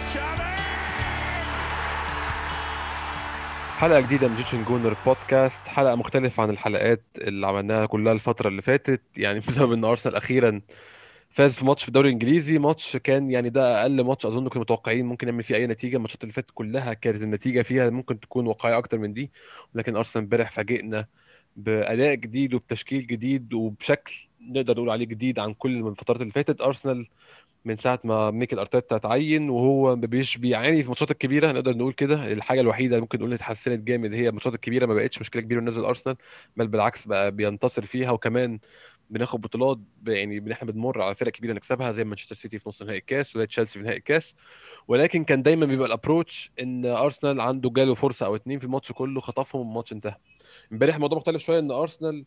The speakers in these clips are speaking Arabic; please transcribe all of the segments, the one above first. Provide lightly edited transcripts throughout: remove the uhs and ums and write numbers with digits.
حلقة جديدة من جيتشن جونر بودكاست، حلقة مختلفة عن الحلقات اللي عملناها كلها الفترة اللي فاتت، يعني بسبب ان ارسنال اخيرا فاز في ماتش في الدوري الانجليزي. ماتش كان يعني ده اقل ماتش اظن كنا متوقعين ممكن يعمل فيه اي نتيجة. الماتشات اللي فاتت كلها كانت النتيجة فيها ممكن تكون واقعية اكتر من دي، ولكن ارسنال امبارح فاجئنا بأداء جديد وبتشكيل جديد وبشكل نقدر نقول عليه جديد عن كل من الفترات اللي فاتت. ارسنال من ساعه ما ميكل ارتيتا اتعين وهو بيعاني في الماتشات الكبيره، نقدر نقول كده. الحاجه الوحيده اللي ممكن نقول إنها اتحسنت جامد هي الماتشات الكبيره، ما بقتش مشكله كبيره نزل ارسنال، بل بالعكس بقى بينتصر فيها، وكمان بناخد بطولات يعني احنا بنمر على فرق كبيره نكسبها زي مانشستر سيتي في نص نهائي الكاس وزي تشيلسي في نهائي الكاس. ولكن كان دايما بيبقى الابروتش ان ارسنال عنده جاله فرصه او اتنين في الماتش كله خطفهم الماتش انتهى. امبارح الموضوع مختلف شويه، ان ارسنال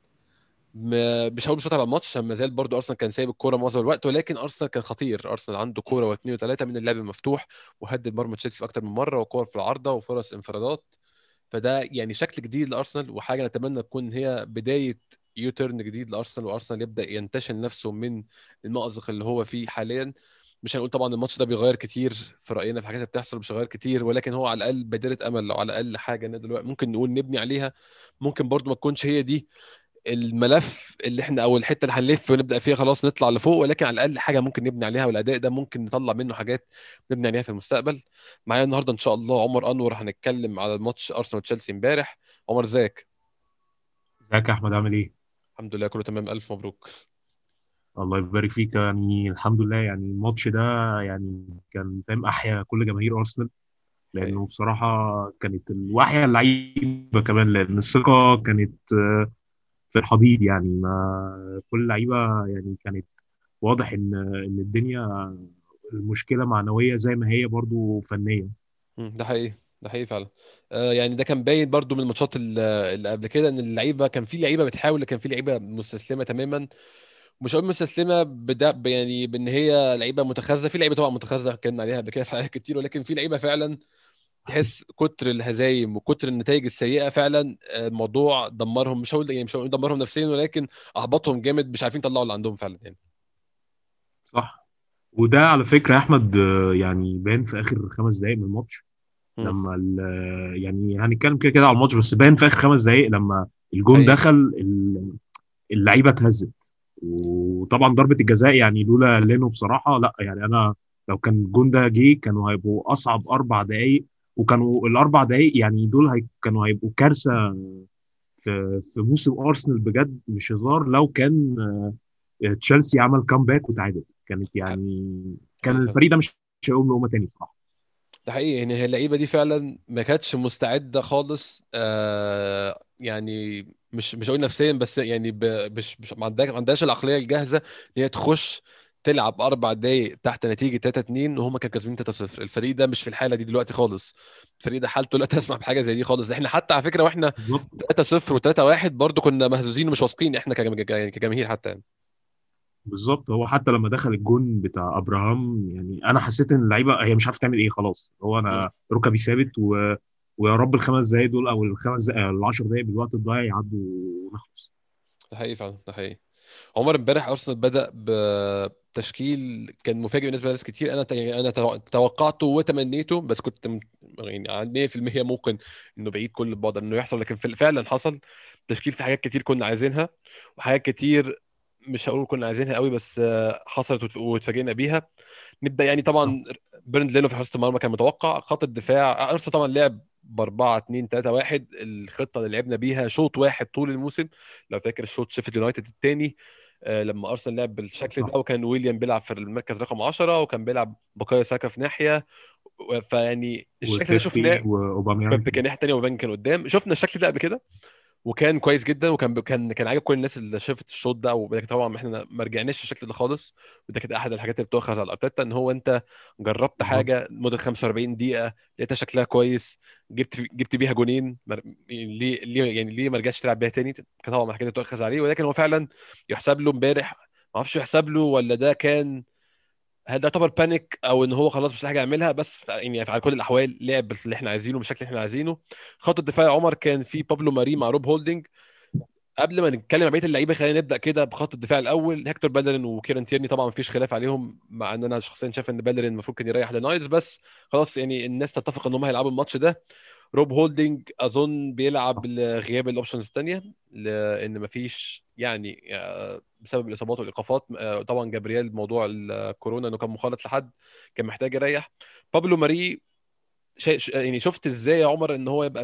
مش هقول بسيطر على الماتش عشان ما زال برضو ارسنال كان سايب الكوره معظم الوقت، ولكن ارسنال كان خطير. ارسنال عنده كوره واثنين وثلاثه من اللعب المفتوح، وهدد مرمى تشيلسي في اكتر من مره، وكور في العارضه وفرص انفرادات. فده يعني شكل جديد لارسنال، وحاجه نتمنى تكون هي بدايه يوتيرن جديد لارسنال، وارسنال يبدا ينتشل نفسه من المأزق اللي هو فيه حاليا. مش هنقول طبعا الماتش ده بيغير كتير في راينا في حاجات بتحصل، مش هيغير كتير، ولكن هو على الاقل بدايه امل، لو على الاقل حاجه دلوقتي ممكن نقول نبني عليها. ممكن برضو ما تكونش هي دي الملف اللي احنا او الحته اللي هنلف ونبدا فيها خلاص نطلع لفوق، ولكن على الاقل حاجه ممكن نبني عليها، والاداء ده ممكن نطلع منه حاجات نبني عليها في المستقبل. معايا النهارده ان شاء الله عمر انور، هنتكلم على الماتش ارسنال وتشيلسي امبارح. عمر ازيك؟ ازيك يا احمد؟ عامل ايه؟ الحمد لله كله تمام، الف مبروك. الله يبارك فيك. يعني الحمد لله، يعني الماتش ده يعني كان فاهم احيا كل جماهير ارسنال، حقيقي. لانه بصراحه كانت واحيا اللعيبه كمان، لان الثقه كانت في الحضيض. يعني ما كل اللعيبه يعني كانت واضح ان الدنيا، المشكله معنويه زي ما هي برضو فنيه. ده حقيقي، ده حقيقي فعلا. يعني ده كان باين برضو من الماتشات اللي قبل كده، ان اللعيبه كان في لعيبه بتحاول، كان في لعيبه مستسلمه تماما. مش هقول مستسلمه يعني بان هي لعيبه متخاذله، في لعيبه طبعا متخاذله اتكلمنا عليها قبل كده في حاجات كتير، ولكن في لعيبه فعلا تحس كتر الهزايم وكتر النتائج السيئه فعلا الموضوع دمرهم. مش هقول دمرهم نفسيا، ولكن احبطهم جامد، مش عارفين يطلعوا اللي عندهم فعلا يعني. صح. وده على فكره يا احمد يعني باين في اخر 5 دقائق من الماتش، مم. لما يعني هنتكلم كده كده على الماتش، بس باين في اخر 5 دقائق لما الجون حقيقي. دخل اللعيبه اتهزت. وطبعا ضربه الجزاء يعني لولا لينو بصراحه، لا يعني انا لو كان الجون ده جه كانوا هيبقوا اصعب 4 دقائق، وكانوا ال4 دقائق يعني دول كانوا هيبقوا كارثه في موسم ارسنال بجد، مش هزار. لو كان تشيلسي عمل كامباك وتعادل، كانت يعني كان حقيقي فعلا. الفريق ده مش هيقوم لقمه تاني بصراحه. ده حقيقي، يعني هي اللعيبه دي فعلا ما كانتش مستعده خالص، يعني مش هقول نفسيا بس يعني مش ما عندهاش العقليه الجاهزه ان هي تخش تلعب 4 دقايق تحت نتيجه 3-2 وهم كانوا كاسبين 3-0. الفريق ده مش في الحاله دي دلوقتي خالص. الفريق ده حالته لا تسمح بحاجه زي دي خالص. احنا حتى على فكره واحنا بالظبط. 3-0 و3-1 برضه كنا مهزوزين ومش واثقين احنا يعني كجماهير حتى يعني. بالظبط، هو حتى لما دخل الجون بتاع ابراهام يعني انا حسيت ان اللعيبه هي مش عارفه تعمل ايه خلاص. هو مم. انا ركبي ثابت ويا رب ال5 دقايق دول او ال5 دقايق ال10 دقايق بالوقت الضايع يعدوا ونخلص. ده حقيقي فعلا، ده حقيقي. عمر امبارح ارسنال بدأ بتشكيل كان مفاجئ بالنسبه لناس كتير. يعني انا توقعته وتمنيته، بس كنت يعني عن 100% ممكن انه بعيد كل البعد انه يحصل، لكن فعلا حصل. تشكيل في حاجات كتير كنا عايزينها، وحاجات كتير مش هقول كنا عايزينها قوي، بس حصلت واتفاجئنا بيها. نبدا يعني صح. طبعا بيرند لينو في حراسه المرمى كان متوقع. خط الدفاع ارسنال طبعا لعب ب 4 2 3 1، الخطه اللي لعبنا بيها شوط واحد طول الموسم. لو فاكر الشوط شيفيلد يونايتد الثاني، لما ارسنال لعب بالشكل صح. ده، وكان ويليام بيلعب في المركز رقم 10 وكان بيلعب بقايا ساكا في ناحيه. فيعني الشكل ده وتشكي شفناه. واوباميانج. بيب كان ناحيه ثانيه وبان كان قدام، شفنا الشكل ده قبل كده وكان كويس جدا، وكان عاجب كل الناس اللي شافت الشوط ده. ولكن طبعا احنا ما رجعناش الشكل ده خالص، وده كانت احد الحاجات اللي بتؤخذ على ارتيتا، ان هو انت جربت بالظبط. حاجه لمده 45 دقيقه لقيتها شكلها كويس، جبت بيها جونين، ليه ما رجعتش تلعب بيها تاني؟ كان طبعا حاجات بتؤخذ عليه، ولكن هو فعلا يحسب له امبارح. ما اعرفش يحسب له ولا ده كان، هل ده يعتبر بانيك او ان هو خلاص مش حاجه يعملها، بس يعني على كل الاحوال لعب بس اللي احنا عايزينه بالشكل اللي احنا عايزينه. خط الدفاع يا عمر كان في بابلو ماري مع روب هولدنج. قبل ما نتكلم عن بقيه اللعيبه خلينا نبدا كده بخط الدفاع الاول. هيكتور بالرين وكيران تيرني طبعا مفيش خلاف عليهم، مع ان انا شخصيا شايف ان بالرين المفروض كان يريح لنايلز، بس خلاص يعني الناس تتفق ان هم هيلعبوا الماتش ده. روب هولدنج اظن بيلعب لغياب الاوبشنز الثانيه، لان مفيش يعني بسبب الاصابات والايقافات. طبعا جابرييل موضوع الكورونا انه كان مخالط لحد كان محتاج يريح. بابلو ماري يعني شفت ازاي يا عمر ان هو يبقى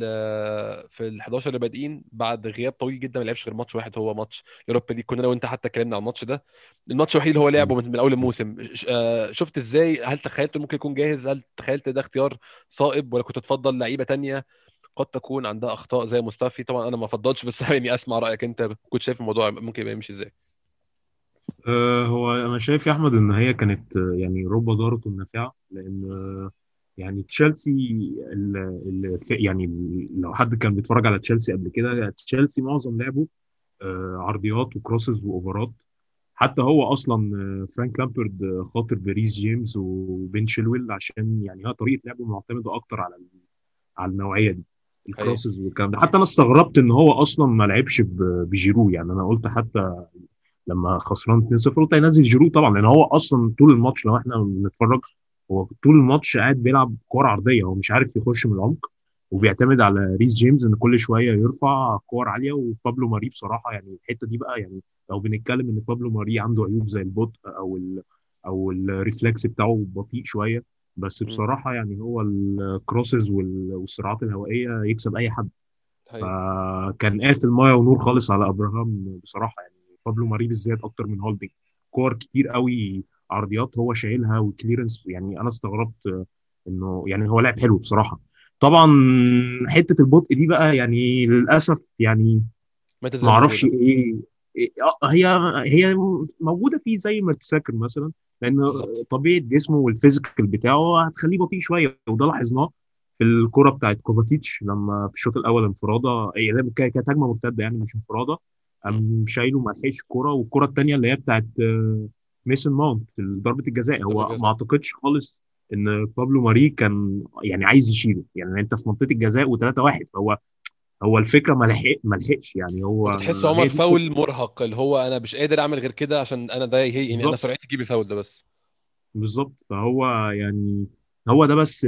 في ال 11 اللي بادئين بعد غياب طويل جدا، ما لعبش غير ماتش واحد هو ماتش يوروبا ليج. كنا انا وانت حتى اتكلمنا عن الماتش ده، الماتش الوحيد اللي هو لعبه من اول الموسم. شفت ازاي؟ هل تخيلت ممكن يكون جاهز؟ هل تخيلت ده اختيار صائب، ولا كنت تفضل لعيبه تانية قد تكون عندها اخطاء زي مصطفى؟ طبعا انا ما افضلش، بس يعني اسمع رايك انت، كنت شايف الموضوع ممكن يبقى يمشي ازاي؟ هو انا شايف يا احمد ان هي كانت يعني رب ضارة النافعه، لان يعني تشيلسي يعني لو حد كان بيتفرج على تشيلسي قبل كده، تشيلسي معظم لعبه عرضيات وكروسز واوفرات. حتى هو اصلا فرانك لامبرد خاطر بريس جيمس وبن شيلويل، عشان يعني هي طريقه لعبه معتمده اكتر على النوعيه دي، حقيقي. الكروسز والكلام ده. حتى انا استغربت ان هو اصلا ما لعبش بجيرو. يعني انا قلت حتى لما خسران 2-0 قلت هينزل جيرو طبعا، لان هو اصلا طول الماتش لو احنا بنتفرج هو طول الماتش قاعد بيلعب كور عرضيه، هو مش عارف يخش من العمق، مم. وبيعتمد على ريس جيمس ان كل شويه يرفع كور عاليه. وبابلو ماري بصراحه يعني الحته دي بقى، يعني لو بنتكلم ان بابلو ماري عنده عيوب زي البطء او الريفلكس بتاعه بطيء شويه، بس مم. بصراحه يعني هو الكروسز والصراعات الهوائيه يكسب اي حد. حقيقي. فكان قافل مايه ونور خالص على ابراهام بصراحه، يعني بابلو ماري بالذات اكتر من هولدنج. كور كتير قوي عرضيات هو شايلها وكليرنس، يعني انا استغربت انه يعني هو لاعب حلو بصراحه. طبعا حته البطء دي بقى يعني للاسف يعني مات ما اعرفش الزنبوله. ايه. هي موجوده فيه زي ما تساكر مثلا، لان بالظبط. طبيعه جسمه والفيزيكال بتاعه هتخليه بطيء شويه، وده لاحظناه في الكره بتاعت كوفاتيتش لما في الشوط الاول انفراده، كانت هجمه مرتده يعني مش انفراده، مم. قام شايله ما لحقش الكوره. والكره الثانيه اللي هي بتاعت ميسون ماونت في ضربه الجزاء، ضربة هو ما جزاء. اعتقدش خالص ان بابلو ماري كان يعني عايز يشيله. يعني انت في منطقه الجزاء و3-1، هو الفكره ما لحقش يعني هو. كنت تحس عمر هي دي الفكره فاول مرهق، اللي هو انا مش قادر اعمل غير كده عشان انا ده هي يعني انا بالظبط. سرعتي تجيب الفاول ده بس. بالظبط فهو يعني هو ده بس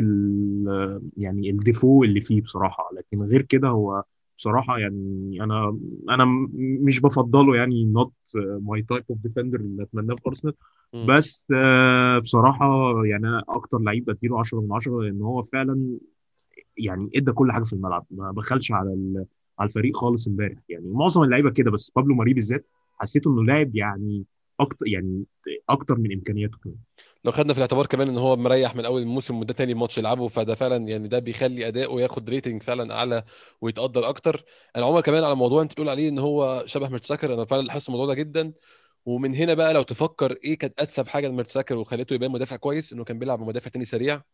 يعني الديفو اللي فيه بصراحه، لكن غير كده هو بصراحه يعني انا مش بفضله، يعني نوت ماي تايب اوف ديفندر اللي اتمناه في ارسنال. مم. بس بصراحه يعني انا اكتر لعيب بديله 10 من 10، لان هو فعلا يعني ادى كل حاجه في الملعب، ما بخلش على الفريق خالص امبارح. يعني معظم اللعيبه كده، بس بابلو ماري بالذات حسيت انه لاعب يعني اكتر، يعني اكتر من امكانياته كمان. لو خدنا في الاعتبار كمان ان هو مريح من اول الموسم وده تاني ماتش يلعبه، فده فعلا يعني ده بيخلي اداؤه ياخد ريتنج فعلا اعلى ويتقدر اكتر. انا عمر كمان على موضوع انت تقول عليه ان هو شبه ميرتساكر، انا فعلا لاحظت الموضوع ده جدا. ومن هنا بقى لو تفكر ايه كانت انسب حاجه لميرتساكر وخليته يبان مدافع كويس، انه كان بيلعب بمدافع تاني سريع.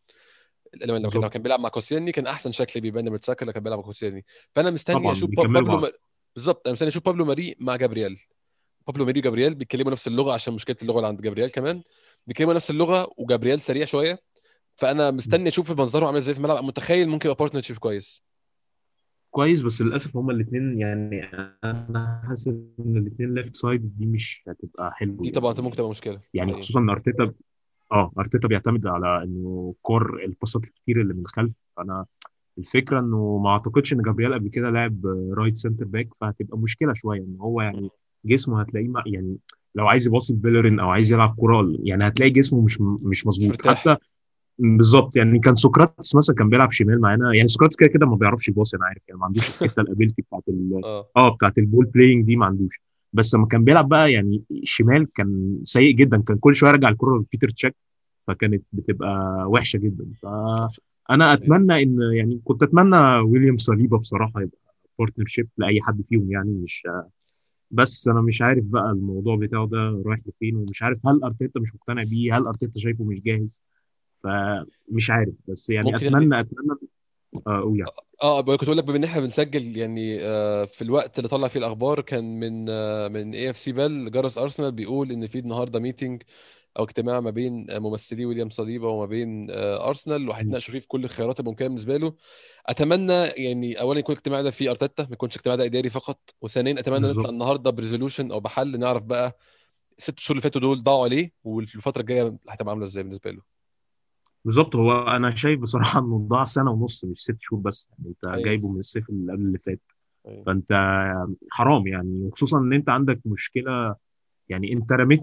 لما بالظبط. كان بيلعب مع كوسيني كان احسن شكل بيبان لميرتساكر لما كان بيلعب مع كوسيني. فانا مستني طبعا اشوف بيكملوا بعض. بالظبط انا مستني اشوف بابلو ماري مع جابرييل. بابلو ماري وجابرييل بيتكلموا نفس اللغه، عشان مشكله اللغه اللي عند جابرييل كمان بيتكلموا نفس اللغه، وجابرييل سريع شويه. فانا مستني اشوف منظره عامل ازاي في الملعب، متخيل ممكن يبقى بارتنرشيب كويس. كويس، بس للاسف هما الاثنين يعني انا حاسس ان الاثنين ليفت سايد دي مش هتبقى حلو دي طبعا ممكن يعني. تبقى مشكله يعني حقيقي. خصوصا ان ارتيتا بيعتمد على انه كور الباصات الكتير اللي من الخلف. فانا الفكره انه ما اعتقدش ان جابرييل قبل كده لعب رايت سنتر باك، فهتبقى مشكله شويه ان هو مم. يعني جسمه هتلاقيه يعني لو عايز يباصي بيلرين او عايز يلعب كوره، يعني هتلاقي جسمه مش مش مظبوط مرتاح. حتى. بالظبط. يعني كان سقراطس مثلا كان بيلعب شمال معانا، يعني سقراطس كده كده ما بيعرفش يباصي انا عارف، يعني ما عندوش الحته الابيلتي اه. بتاعت البول بلاينج دي ما عندوش. بس لما كان بيلعب بقى يعني شمال كان سيء جدا، كان كل شويه يرجع الكره لبيتر تشاك، فكانت بتبقى وحشه جدا. فانا اتمنى ان يعني كنت اتمنى ويليام صليبا بصراحه يبقى بارتنر شيب لاي حد فيهم، يعني مش بس انا مش عارف بقى الموضوع بتاعه ده رايح لفين، ومش عارف هل ارتيتا مش مقتنع بيه، هل ارتيتا شايفه مش جاهز. فمش عارف، بس يعني ممكن. اتمنى اقول يعني. اه كنت اقول لك بما ان احنا بنسجل يعني في الوقت اللي طلع فيه الاخبار كان من من اي اف سي بال جرس ارسنال بيقول ان في النهارده ميتنج او اجتماع ما بين ممثلي ويليام صليبا وما بين ارسنال، مم. وهيتناقشوا فيه في كل الخيارات الممكنه بالنسبه له. اتمنى يعني اولا يكون الاجتماع ده فيه ارتيتا، ما يكونش اجتماع ده اداري فقط، وثانيا اتمنى نطلع بالظبط. النهارده بريزولوشن او بحل نعرف بقى الست شهور اللي فاتوا دول ضاعوا عليه، والفتره الجايه هتبقى عامله ازاي بالنسبه له. بالظبط، هو انا شايف بصراحه انه ضاع سنه ونص مش 6 شهور بس، يعني انت حقيقي. جايبه من الصيف اللي قبل اللي فات. حقيقي. فانت حرام يعني، وخصوصا ان انت عندك مشكله. يعني انت رميت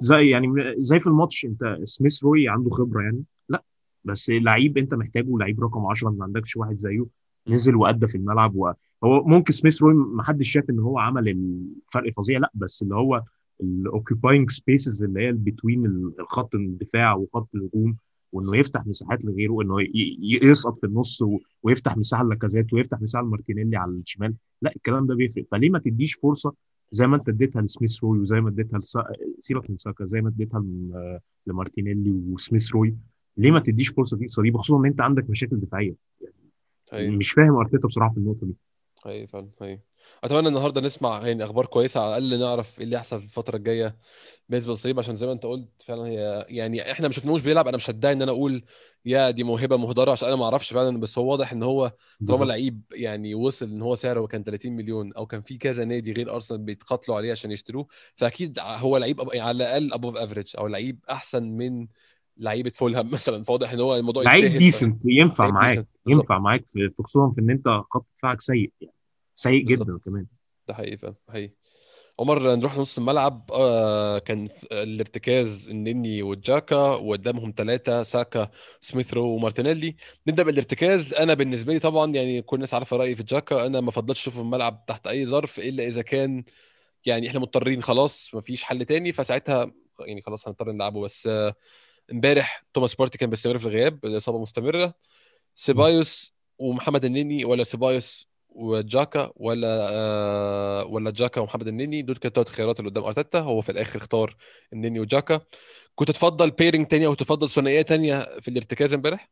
زي في الماتش، انت سميث روي عنده خبره يعني، لا بس لعيب انت محتاجه، لعيب رقم 10 ما عندكش واحد زيه. مم. نزل وأدى في الملعب، وهو ممكن سميث روي ما حدش شاف ان هو عمل الفرق فظيع، لا بس اللي هو الاوكيباينج سبيسز اللي هي بتوين الخط الدفاع وخط الهجوم، وانه صح. يفتح مساحات لغيره، انه يسقط في النص ويفتح مساحه للاكازيت ويفتح مساحه لمارتينيلي على الشمال. لا الكلام ده بيفرق، فليه ما تديش فرصه زي ما انت اديتها لسميث روي، وزي ما اديتها سيبك من ساكا، زي ما اديتها لمارتينيلي وسميث روي. ليه ما مم. تديش فرصه دي صليبه، خصوصا ان انت عندك مشاكل دفاعيه؟ حقيقي. مش فاهم ارتيتا بصراحه في النقطه دي. حقيقي فعلا حقيقي. اتمنى النهارده نسمع يعني اخبار كويسه، على الاقل نعرف ايه اللي هيحصل في الفتره الجايه بالنسبه للصليب، عشان زي ما انت قلت فعلا هي يعني احنا ما شفناهوش بيلعب. انا مش هدعي ان انا اقول يا دي موهبه مهدره، عشان انا ما اعرفش فعلا، بس هو واضح ان هو طالما بالظبط. لعيب يعني وصل ان هو سعره كان 30 مليون، او كان في كذا نادي غير ارسنال بيتقاتلوا عليه عشان يشتروه، فاكيد هو لعيب يعني على الاقل ابوف افريج، او لعيب احسن من لعيبه فولهام مثلا. فواضح ان هو الموضوع لعيب يستاهل ديسنت ينفع لعيب معاك، ديسنت بالظبط. خصوصا في ان انت خط دفاعك سيء يعني، سيء بالظبط. جدا كمان. ده حقيقي فعلا حقيقي. عمر نروح نص الملعب. كان الارتكاز النني والجاكا، وقدامهم ثلاثة ساكا سميث رو ومارتينيلي. نبدأ بالارتكاز. أنا بالنسبة لي طبعا يعني كل الناس عارفة رأيي في جاكا، أنا ما فضلتش أشوفه في الملعب تحت أي ظرف إلا إذا كان يعني إحنا مضطرين خلاص ما فيش حل تاني، فساعتها يعني خلاص هنضطر نلعبه. بس امبارح توماس بارتي كان بيستمر في الغياب، الإصابة مستمرة. م. سيبايوس ومحمد النني، ولا سيبايوس وجاكا، ولا جاكا ومحمد النني؟ دول كانت ثلاث خيارات اللي قدام ارتيتا، هو في الاخر اختار النني وجاكا. كنت تفضل بيرنج تانية او تفضل ثنائيه تانية في الارتكاز امبارح؟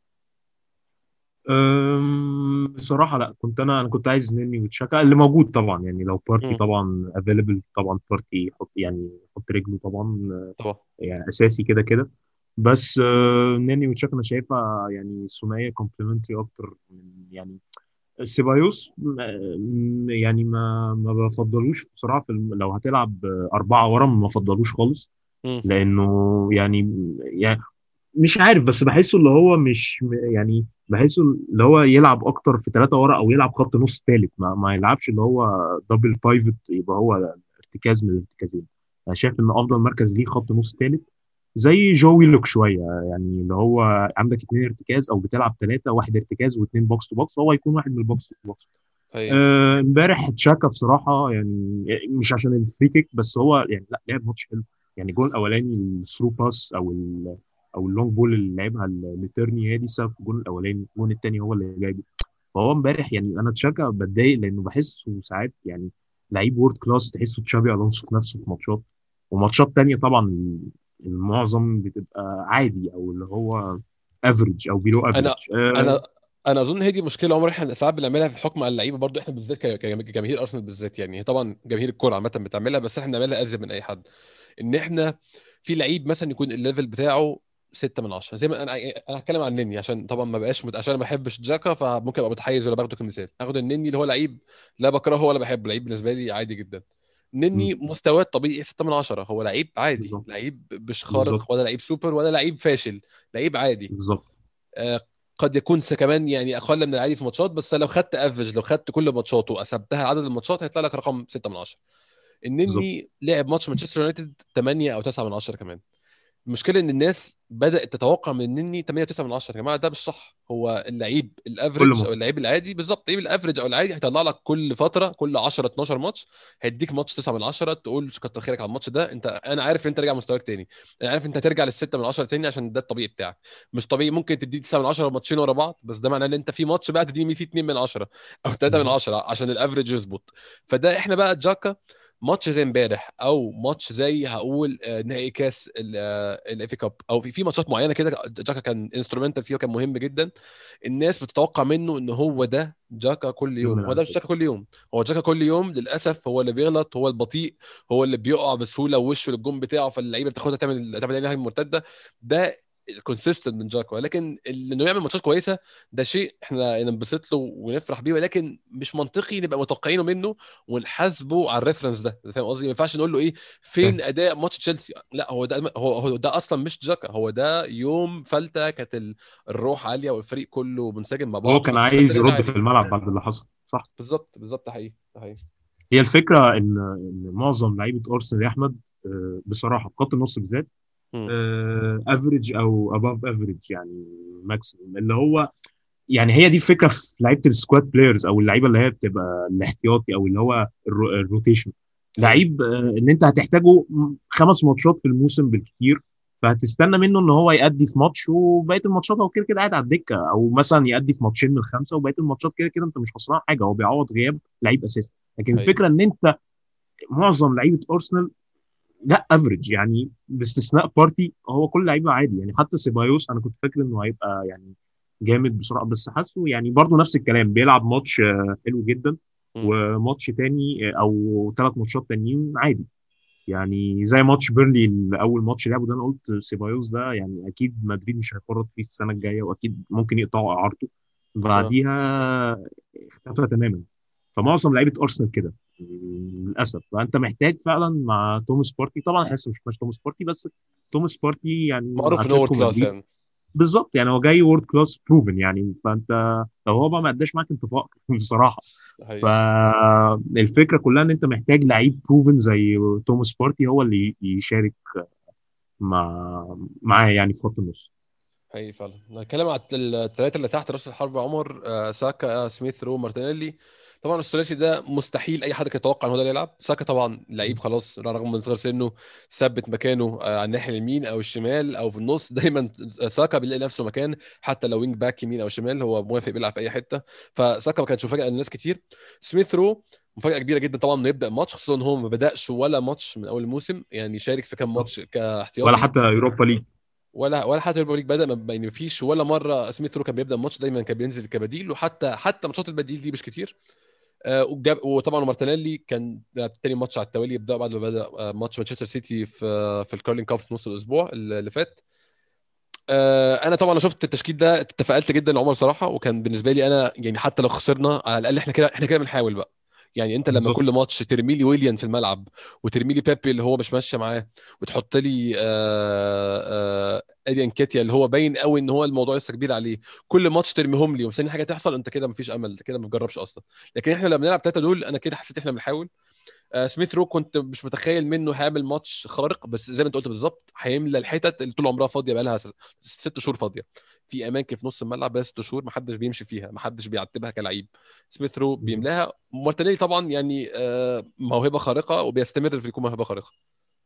بصراحه لا، انا كنت عايز نني وتشاكا اللي موجود طبعا، يعني لو بارتي امم. طبعا افيلبل، طبعا بارتي يحط يعني يحط رجله طبعا، طبعا. يعني اساسي كده كده. بس نني وتشاكا انا شايفها يعني ثنائيه كومبلمنتري اكتر من يعني سيبايوس. يعني ما بفضلوش بصراحه لو هتلعب 4 ورا ما بفضلوش خالص، امم. لانه يعني مش عارف، بس بحسه اللي هو مش يعني بحسه اللي هو يلعب اكتر في 3 ورا، او يلعب خط نص ثالث، ما يلعبش اللي هو دبل بايفوت يبقى هو ارتكاز من الارتكازين. انا شايف ان افضل مركز ليه خط نص ثالث، زي جوي لوك شويه، يعني اللي هو عندك 2 ارتكاز او بتلعب 3، واحد ارتكاز واثنين بوكس تو بوكس، هو يكون واحد من البوكس تو بوكس. هي. امبارح تشاكا بصراحه يعني، مش عشان الفري كيك بس، هو يعني لا لعب ماتش حلو. يعني الجول الاولاني الثرو باس او اللونج بول اللي لعبها لتيرني، هي دي السبب في الجول الاولاني، الجول الثاني هو اللي جايبه. فهو امبارح يعني انا تشاكا بتضايق لانه بحسه ساعات يعني لعيب وورد كلاس، تحسه تشابي الونسو في نفسه في ماتشات، وماتشات تانية طبعا المعظم بتبقى عادي، او اللي هو افريج او بيلو افريج. انا انا انا اظن هي دي مشكله عمر احنا ساعات بنعملها في الحكم على اللعيبه برضو، احنا بالذات كجماهير ارسنال بالذات، يعني هي طبعا جماهير الكوره عامه بتعملها، بس احنا بنعملها ازيد من اي حد. ان احنا في لعيب مثلا يكون الليفل بتاعه 6 من 10، زي ما انا هتكلم عن النني عشان طبعا ما بقاش عشان انا ما بحبش جاكا فممكن ابقى متحيز، ولا باخده كمثال اخد النني اللي هو لعيب لا بكرهه ولا بحبه، لعيب بالنسبه لي عادي جدا. النني مستواه الطبيعي 6 من 10، هو لعيب عادي، بالظبط. لعيب مش خارق بالظبط. ولا لعيب سوبر ولا لعيب فاشل، لعيب عادي. بالظبط. آه، قد يكون كمان يعني اقل من العادي في ماتشات، بس لو خدت افريج، لو خدت كل ماتشاته وقسمتها عدد الماتشات هيطلع لك رقم 6 من 10. بالظبط. النني لعب ماتش مانشستر يونايتد 8 او 9 من 10 كمان. المشكله ان الناس بدات تتوقع من النني 8 9 من 10، يا جماعه ده مش صح. هو اللعيب كل الافريج او ماتش. اللعيب العادي بالظبط، اللعيب الافريج او العادي هيطلع لك كل فتره كل 10 12 ماتش هيديك ماتش 9 من 10، تقول كتر خيرك على الماتش ده، انا عارف ان انت راجع مستواك تاني، انا عارف انت هترجع لل6 من 10 تاني عشان ده الطبيعي بتاعك. مش طبيعي ممكن تدي 9 من 10 ماتشين ورا بعض، بس ده معناه ان انت في ماتش بقى تديني فيه 2 من 10 او 3 من بالظبط. 10 عشان الافريج يظبط. فده احنا بقى جاكا ماتش زي امبارح او ماتش زي هقول نهائي كاس الاف اي كاب، او في ماتشات معينه كده جاكا كان انسترومنتال فيها وكان مهم جدا. الناس بتتوقع منه ان هو ده جاكا كل يوم من يوم. هو ده مش الأيام. جاكا كل يوم. هو جاكا كل يوم للاسف هو اللي بيغلط، هو البطيء، هو اللي بيقع بسهوله ووشه للجون بتاعه، فاللعيبه بتاخدها تعمل عليه هجمه مرتده. ده الكونسيستنت من جاكا. ولكن انه يعمل ماتشات كويسه ده شيء احنا ننبسط له ونفرح بيه، ولكن مش منطقي نبقى متوقعينه منه ونحاسبه على الريفرنس ده. فاهم قصدي؟ ما ينفعش نقول له ايه فاهم. فين اداء ماتش تشيلسي. لا، هو ده اصلا مش جاكا. هو ده يوم فلتة كانت الروح عاليه والفريق كله منسجم مع هو بعضه، كان فكسبنا عايز 3 يرد في عادي. الملعب بعد اللي حصل، صح. بالظبط بالظبط، ده حقيقي ده حقيقي. هي الفكره ان معظم لعيبه ارسنال يا احمد، بصراحه في خط النص بالذات، مم. افريج او اباف افريج يعني، ماكسيمم اللي هو، يعني هي دي الفكره في لعيبه السكواد بلايرز او اللعيبه اللي هي بتبقى الاحتياطي او اللي هو الروتيشن. ايوه لعيب ان انت هتحتاجه 5 ماتشات في الموسم بالكتير، فهتستنى منه ان هو يأدي في ماتش وبقيه الماتشات هو كده كده قاعد على الدكه، او مثلا يأدي في ماتشين من الخمسه وبقيه الماتشات كده كده انت مش خسران حاجه، هو بيعوض غياب لعيب اساسي. لكن ايوه. الفكره ان انت معظم لعيبه ارسنال لا افريج يعني، باستثناء بارتي هو كل لعيبه عادي يعني. حتى سيبايوس انا كنت فاكر انه هيبقى يعني جامد بسرعه، بس حاسه يعني برضه نفس الكلام، بيلعب ماتش حلو جدا، مم. وماتش تاني او 3 ماتشات تانيين عادي. يعني زي ماتش بيرلي اول ماتش لعبه ده، انا قلت سيبايوس ده يعني اكيد مدريد مش هيفرط فيه السنه الجايه، واكيد ممكن يقطعوا اعارته. اه. بعديها اختفى تماما. فمعظم لعيبه ارسنال كده للاسف. فانت محتاج فعلا مع توماس بارتي، طبعا حاسس مش توماس بارتي بس، توماس بارتي يعني مع معروف ان هو وورد اتلتيكو كلاس مدريد. يعني. بالظبط، يعني هو جاي وورد كلاس بروفن يعني. فانت لو هو بقى ما اداش معاك انت فقر بصراحه. ده حقيقي. فالفكره كلها ان انت محتاج لعيب بروفن زي توماس بارتي هو اللي يشارك معاه يعني في خط النص. حقيقي فعلا. نتكلم على الثلاثه اللي تحت راس الحرب عمر، ساكا، سميث رو، مارتينيلي. طبعا الثلاثي ده مستحيل اي حد كان يتوقع ان هو ده اللي يلعب. ساكا طبعا لعيب خلاص رغم من صغر سنه ثبت مكانه على الناحيه اليمين او الشمال او في النص دايما. ساكا بيلاقي نفسه مكان، حتى لو وينج باك يمين او شمال هو موافق بيلعب في اي حته. فساكا ما كانش مفاجاه للناس كتير. سميث رو مفاجاه كبيره جدا طبعا انه يبدا الماتش، خصوصا ان هو ما بداش ولا ماتش من اول الموسم، يعني شارك في كام ماتش ولا كاحتياطي. حتى يوروبا ليج. ولا حتى اليوروبا ليج بدا يعني مفيش ولا مره سميث رو كان بيبدا الماتش، دايما كان بينزل كبديل، وحتى ماتشات البديل دي مش كتير. وطبعا مارتينيلي كان تاني ماتش على التوالي يبدا بعد ما بدا ماتش مانشستر سيتي في الكارلين كاب في نص الاسبوع اللي فات. انا طبعا شفت التشكيل ده اتفائلت جدا لعمر صراحه، وكان بالنسبه لي انا يعني حتى لو خسرنا على الاقل احنا كده بنحاول بقى. يعني انت لما بالظبط. كل ماتش ترمي لي ويليان في الملعب، وترمي لي بيبي اللي هو مش ماشيه معاه، وتحط لي ادي انكيتيا اللي هو باين قوي ان هو الموضوع لسه كبير عليه، كل ماتش ترميهم لي ومستني حاجه تحصل، انت كده مفيش امل، انت كده ما بتجربش اصلا. لكن احنا لما بنلعب 3 دول انا كده حسيت احنا بنحاول. سميث رو كنت مش متخيل منه هيعمل ماتش خارق، بس زي ما انت قلت بالظبط هيملى الحتت اللي طول عمرها فاضيه، بقى لها 6 شهور فاضيه. في اماكن في نص الملعب بقى 6 شهور ما حدش بيمشي فيها، ما حدش بيعتبها كلاعب. سميث رو بيملاها. مارتينيلي طبعا يعني موهبه خارقه وبيستمر في يكون موهبه خارقه.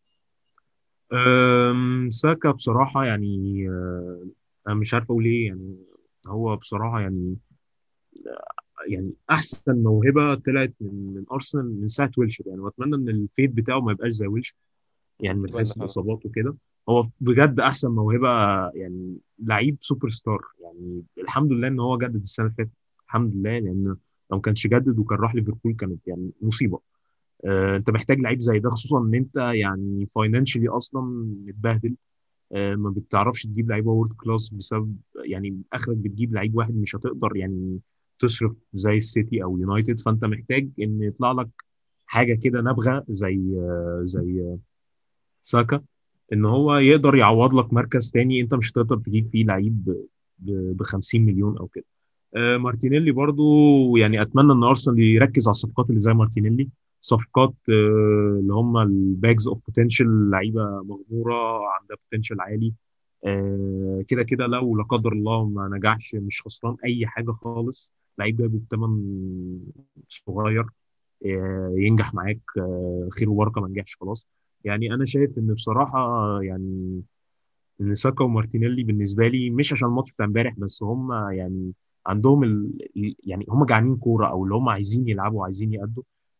ساكا بصراحة يعني، أنا مش عارف أقول إيه يعني. هو بصراحة يعني، يعني أحسن موهبة طلعت من أرسنال من ساعة ويلشر يعني. وأتمنى إن الفيت بتاعه ما يبقاش زي ويلشر يعني، من اتمنى حيث فعلا. الإصابات وكده. هو بجد أحسن موهبة يعني، لعيب سوبر ستار يعني. الحمد لله إن هو جدد السنة اللي فاتت، الحمد لله، لأن لو ما كانش جدد وكان راح ليفربول كانت يعني مصيبة. انت محتاج لعيب زي ده، خصوصا ان انت يعني فاينانشلي اصلا متبهدل. ما بتعرفش تجيب لعيبه وورد كلاس بسبب يعني اخرك بتجيب لعيب واحد، مش هتقدر يعني تصرف زي السيتي او يونايتد. فانت محتاج ان يطلع لك حاجه كده نابغه زي ساكا، ان هو يقدر يعوض لك مركز تاني انت مش هتقدر تجيب فيه لعيب ب 50 مليون او كده. مارتينيلي برضو يعني اتمنى ان ارسنال يركز على الصفقات اللي زي مارتينيلي، صفقات اللي هم الباجز اوف بوتنشال، لعيبه مغموره عندها بوتنشال عالي. كده كده لو لا قدر الله ما نجحش مش خسران اي حاجه خالص، لعيب جايب الثمن صغير، ينجح معاك خير وبركه، ما نجحش خلاص. يعني انا شايف ان بصراحه يعني ان ساكا ومارتينيلي بالنسبه لي، مش عشان الماتش بتاع امبارح بس، هم يعني عندهم يعني هم جعانين كوره، او اللي هم عايزين يلعبوا وعايزين يأدوا.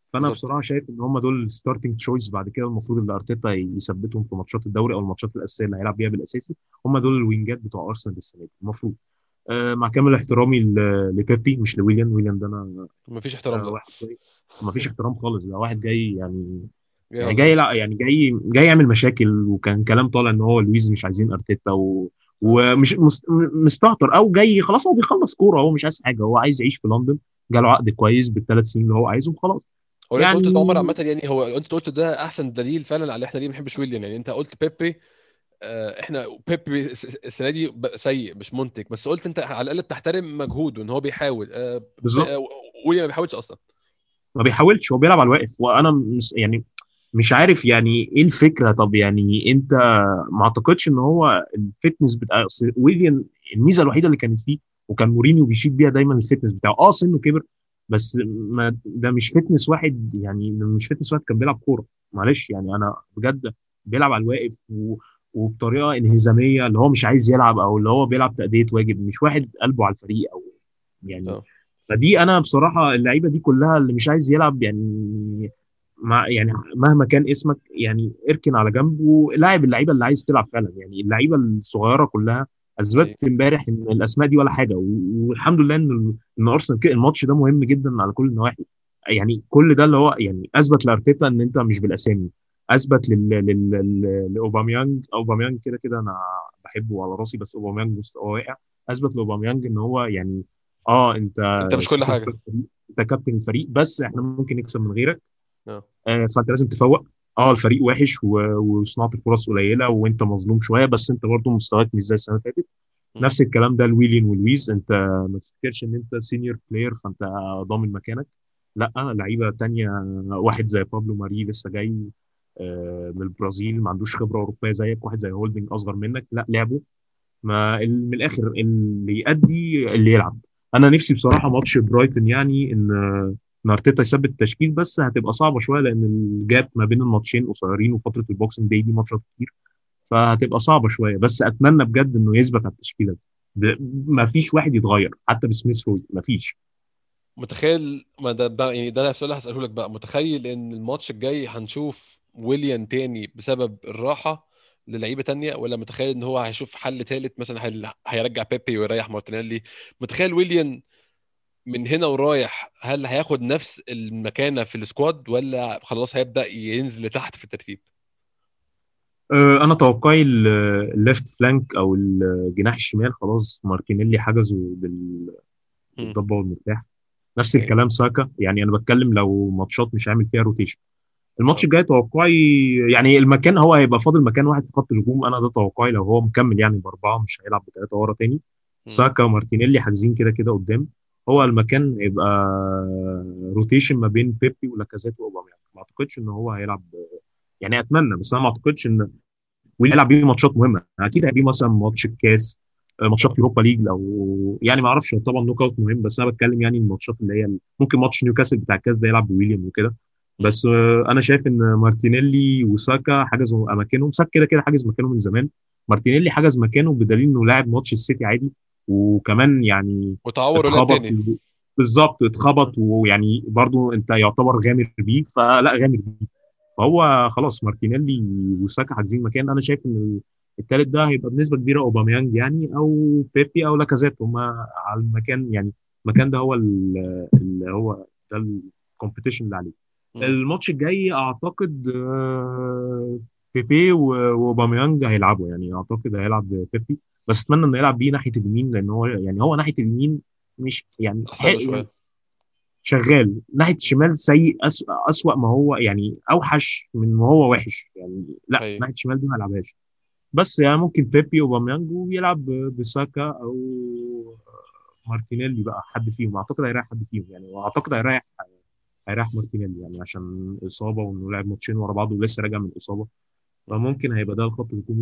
فانا بالظبط. بصراحه شايف ان هم دول الستارتنج تشويس بعد كده. المفروض ان ارتيتا يثبتهم في ماتشات الدوري او الماتشات الاساسيه اللي هيلعب بيها بالاساسي. هم دول الوينجات بتوع ارسنال السنه دي المفروض. مع كامل احترامي لبيبي مش لويليام. ويليام ده انا مفيش احترام، لا. واحد جاي، ما فيش احترام خالص. ده واحد جاي يعني، جاي يعني جاي، يهزر. لا يعني جاي يعمل مشاكل. وكان كلام طالع ان هو لويز مش عايزين ارتيتا اه، ومش مستهتر او جاي خلاص. هو بيخلص كوره، هو مش عايز حاجه، هو عايز يعيش في لندن. جاله عقد كويس ب3 سنين اللي هو عايزه وخلاص هو اللي انت قلته ده يعني. عمر عامه، يعني هو انت قلت ده احسن دليل فعلا على احنا ليه ما بنحبش ويليام. يعني انت قلت بيبي، احنا بيبي السنه دي سيء مش منتج، بس قلت انت على الاقل بتحترم مجهوده ان هو بيحاول. بالظبط. ويليام ما بيحاولش اصلا. ما بيحاولش، هو بيلعب على الواقف. وانا مش يعني مش عارف يعني ايه الفكره. طب يعني انت ما اعتقدش ان هو الفتنس بتاع أصل ويليام. الميزه الوحيده اللي كانت فيه وكان مورينيو بيشيد بيها دايما الفتنس بتاعه. سنه كبر بس ما ده مش فتنس واحد يعني. مش فتنس واحد كان بيلعب كوره. معلش يعني انا بجد بيلعب على الواقف وبطريقه انهزاميه، اللي هو مش عايز يلعب او اللي هو بيلعب تأدية واجب. مش واحد قلبه على الفريق او يعني. اه، فدي انا بصراحه اللعيبه دي كلها اللي مش عايز يلعب يعني، مع يعني مهما كان اسمك يعني اركن على جنب ولاعب اللعيبه اللي عايز تلعب فعلا. يعني اللعيبه الصغيره كلها اثبتت ايوه. امبارح ان الاسماء دي ولا حاجه. والحمد لله ان ارسنال الماتش ده مهم جدا على كل النواحي. يعني كل ده اللي هو يعني اثبت لارتيتا ان انت مش بالاسامي. اثبت لاوباميانج. اوباميانج كده كده انا بحبه على راسي، بس اوباميانج مستواه واقع. اثبت لاوباميانج ان هو يعني انت انت مش كل سوبر حاجه. ستار فريق، انت كابتن الفريق، بس احنا اه. ممكن نكسب من غيرك. اه. فانت لازم تفوق. الفريق وحش وصناعه الفرص قليله وانت مظلوم شويه، بس انت برضه مستواك مش زي السنه اللي فاتت. مم. نفس الكلام ده لويليان ولويز. انت ما تفتكرش ان انت سينيور بلاير فانت ضامن مكانك. لا، لعيبه تانية. واحد زي بابلو ماري لسه جاي من البرازيل، ما عندوش خبره اوروبيه زيك. واحد زي هولدنج اصغر منك، لا لعبه. ما من الاخر اللي يأدي اللي يلعب. انا نفسي بصراحه ماتش برايتون يعني ان ارتيتا يثبت التشكيل، بس هتبقى صعبه شويه لان الجاب ما بين الماتشين قصيرين وفتره البوكسنج داي دي ماتشات كتير. فهتبقى صعبه شويه، بس اتمنى بجد انه يثبت على التشكيله دي. ما فيش واحد يتغير حتى بسميث روي، ما فيش. متخيل ما ده بقى، يعني ده السؤال اللي هسأله لك بقى. متخيل ان الماتش الجاي هنشوف ويليان تاني بسبب الراحة للعيبة تانية، ولا متخيل ان هو هيشوف حل تالت مثلا، هيرجع بيبي ويريح مارتينيلي؟ متخيل ويليان من هنا ورايح هل هياخد نفس المكانة في السكواد، ولا خلاص هيبدأ ينزل لتحت في الترتيب؟ انا توقعي الليفت فلانك او الجناح الشمال خلاص مارتينيلي حجزه مم. بالضبه والمفتاح. نفس ايوه. الكلام ساكا. يعني انا بتكلم لو ماتشات مش عامل فيها روتيشن. الماتش اه. الجاي توقعي يعني المكان هو هيبقى فاضل مكان واحد في خط الهجوم. انا ده توقعي لو هو مكمل يعني باربعه، مش هيلعب بثلاثه ورا تاني. مم. ساكا ومارتينيلي حاجزين كده كده قدام. هو المكان هيبقى روتيشن ما بين بيبي ولاكازيت واوباميانج. ما اعتقدش ان هو هيلعب يعني. اتمنى بس انا ما اعتقدش ان ويلعب بيه ماتشات مهمه. اكيد هيبقى مثلا ماتش الكاس، ماتشات اه. يوروبا ليج او يعني ما اعرفش. طبعا نوك اوت مهم، بس انا بتكلم يعني الماتشات اللي هي ممكن ماتش نيوكاسل بتاع الكاس ده يلعب بويليام وكده. مم. بس انا شايف ان مارتينيلي وساكا حجزوا اماكنهم. ساكا كده كده حجز مكانه من زمان. مارتينيلي حجز مكانه بدليل انه لاعب ماتش السيتي عادي. وكمان يعني وتعور ولعب اتخبط تاني. بالظبط اتخبط. ويعني برضو انت يعتبر غامر بيه، فلا غامر بيه. فهو خلاص مارتينيلي وساكا حاجزين مكان. انا شايف ان الثالث ده هيبقى بنسبه كبيره اوباميانج يعني او بيبي او لاكازيت. هم على المكان يعني. المكان ده هو اللي هو ده الكومبيتيشن اللي عليه. مم. الماتش الجاي اعتقد بيبي واوباميانج هيلعبوا. يعني اعتقد هيلعب بيبي، بس اتمنى انه يلعب بيه ناحيه اليمين لان هو يعني هو ناحيه اليمين مش يعني احسن له يعني شوية. شغال. ناحيه الشمال سيء. أسوأ ما هو يعني اوحش من ما هو وحش يعني. لا، ايوه. ناحيه الشمال دي ما يلعبهاش. بس يعني ممكن بيبي اوباميانج ويلعب بساكا او مارتينيلي بقى. حد فيهم اعتقد هيريح حد فيهم يعني. واعتقد هيريح مارتينيلي يعني عشان اصابه وانه لعب ماتشين ورا بعض ولسه راجع من اصابه. مم. فممكن هيبقى ده الخط الهجوم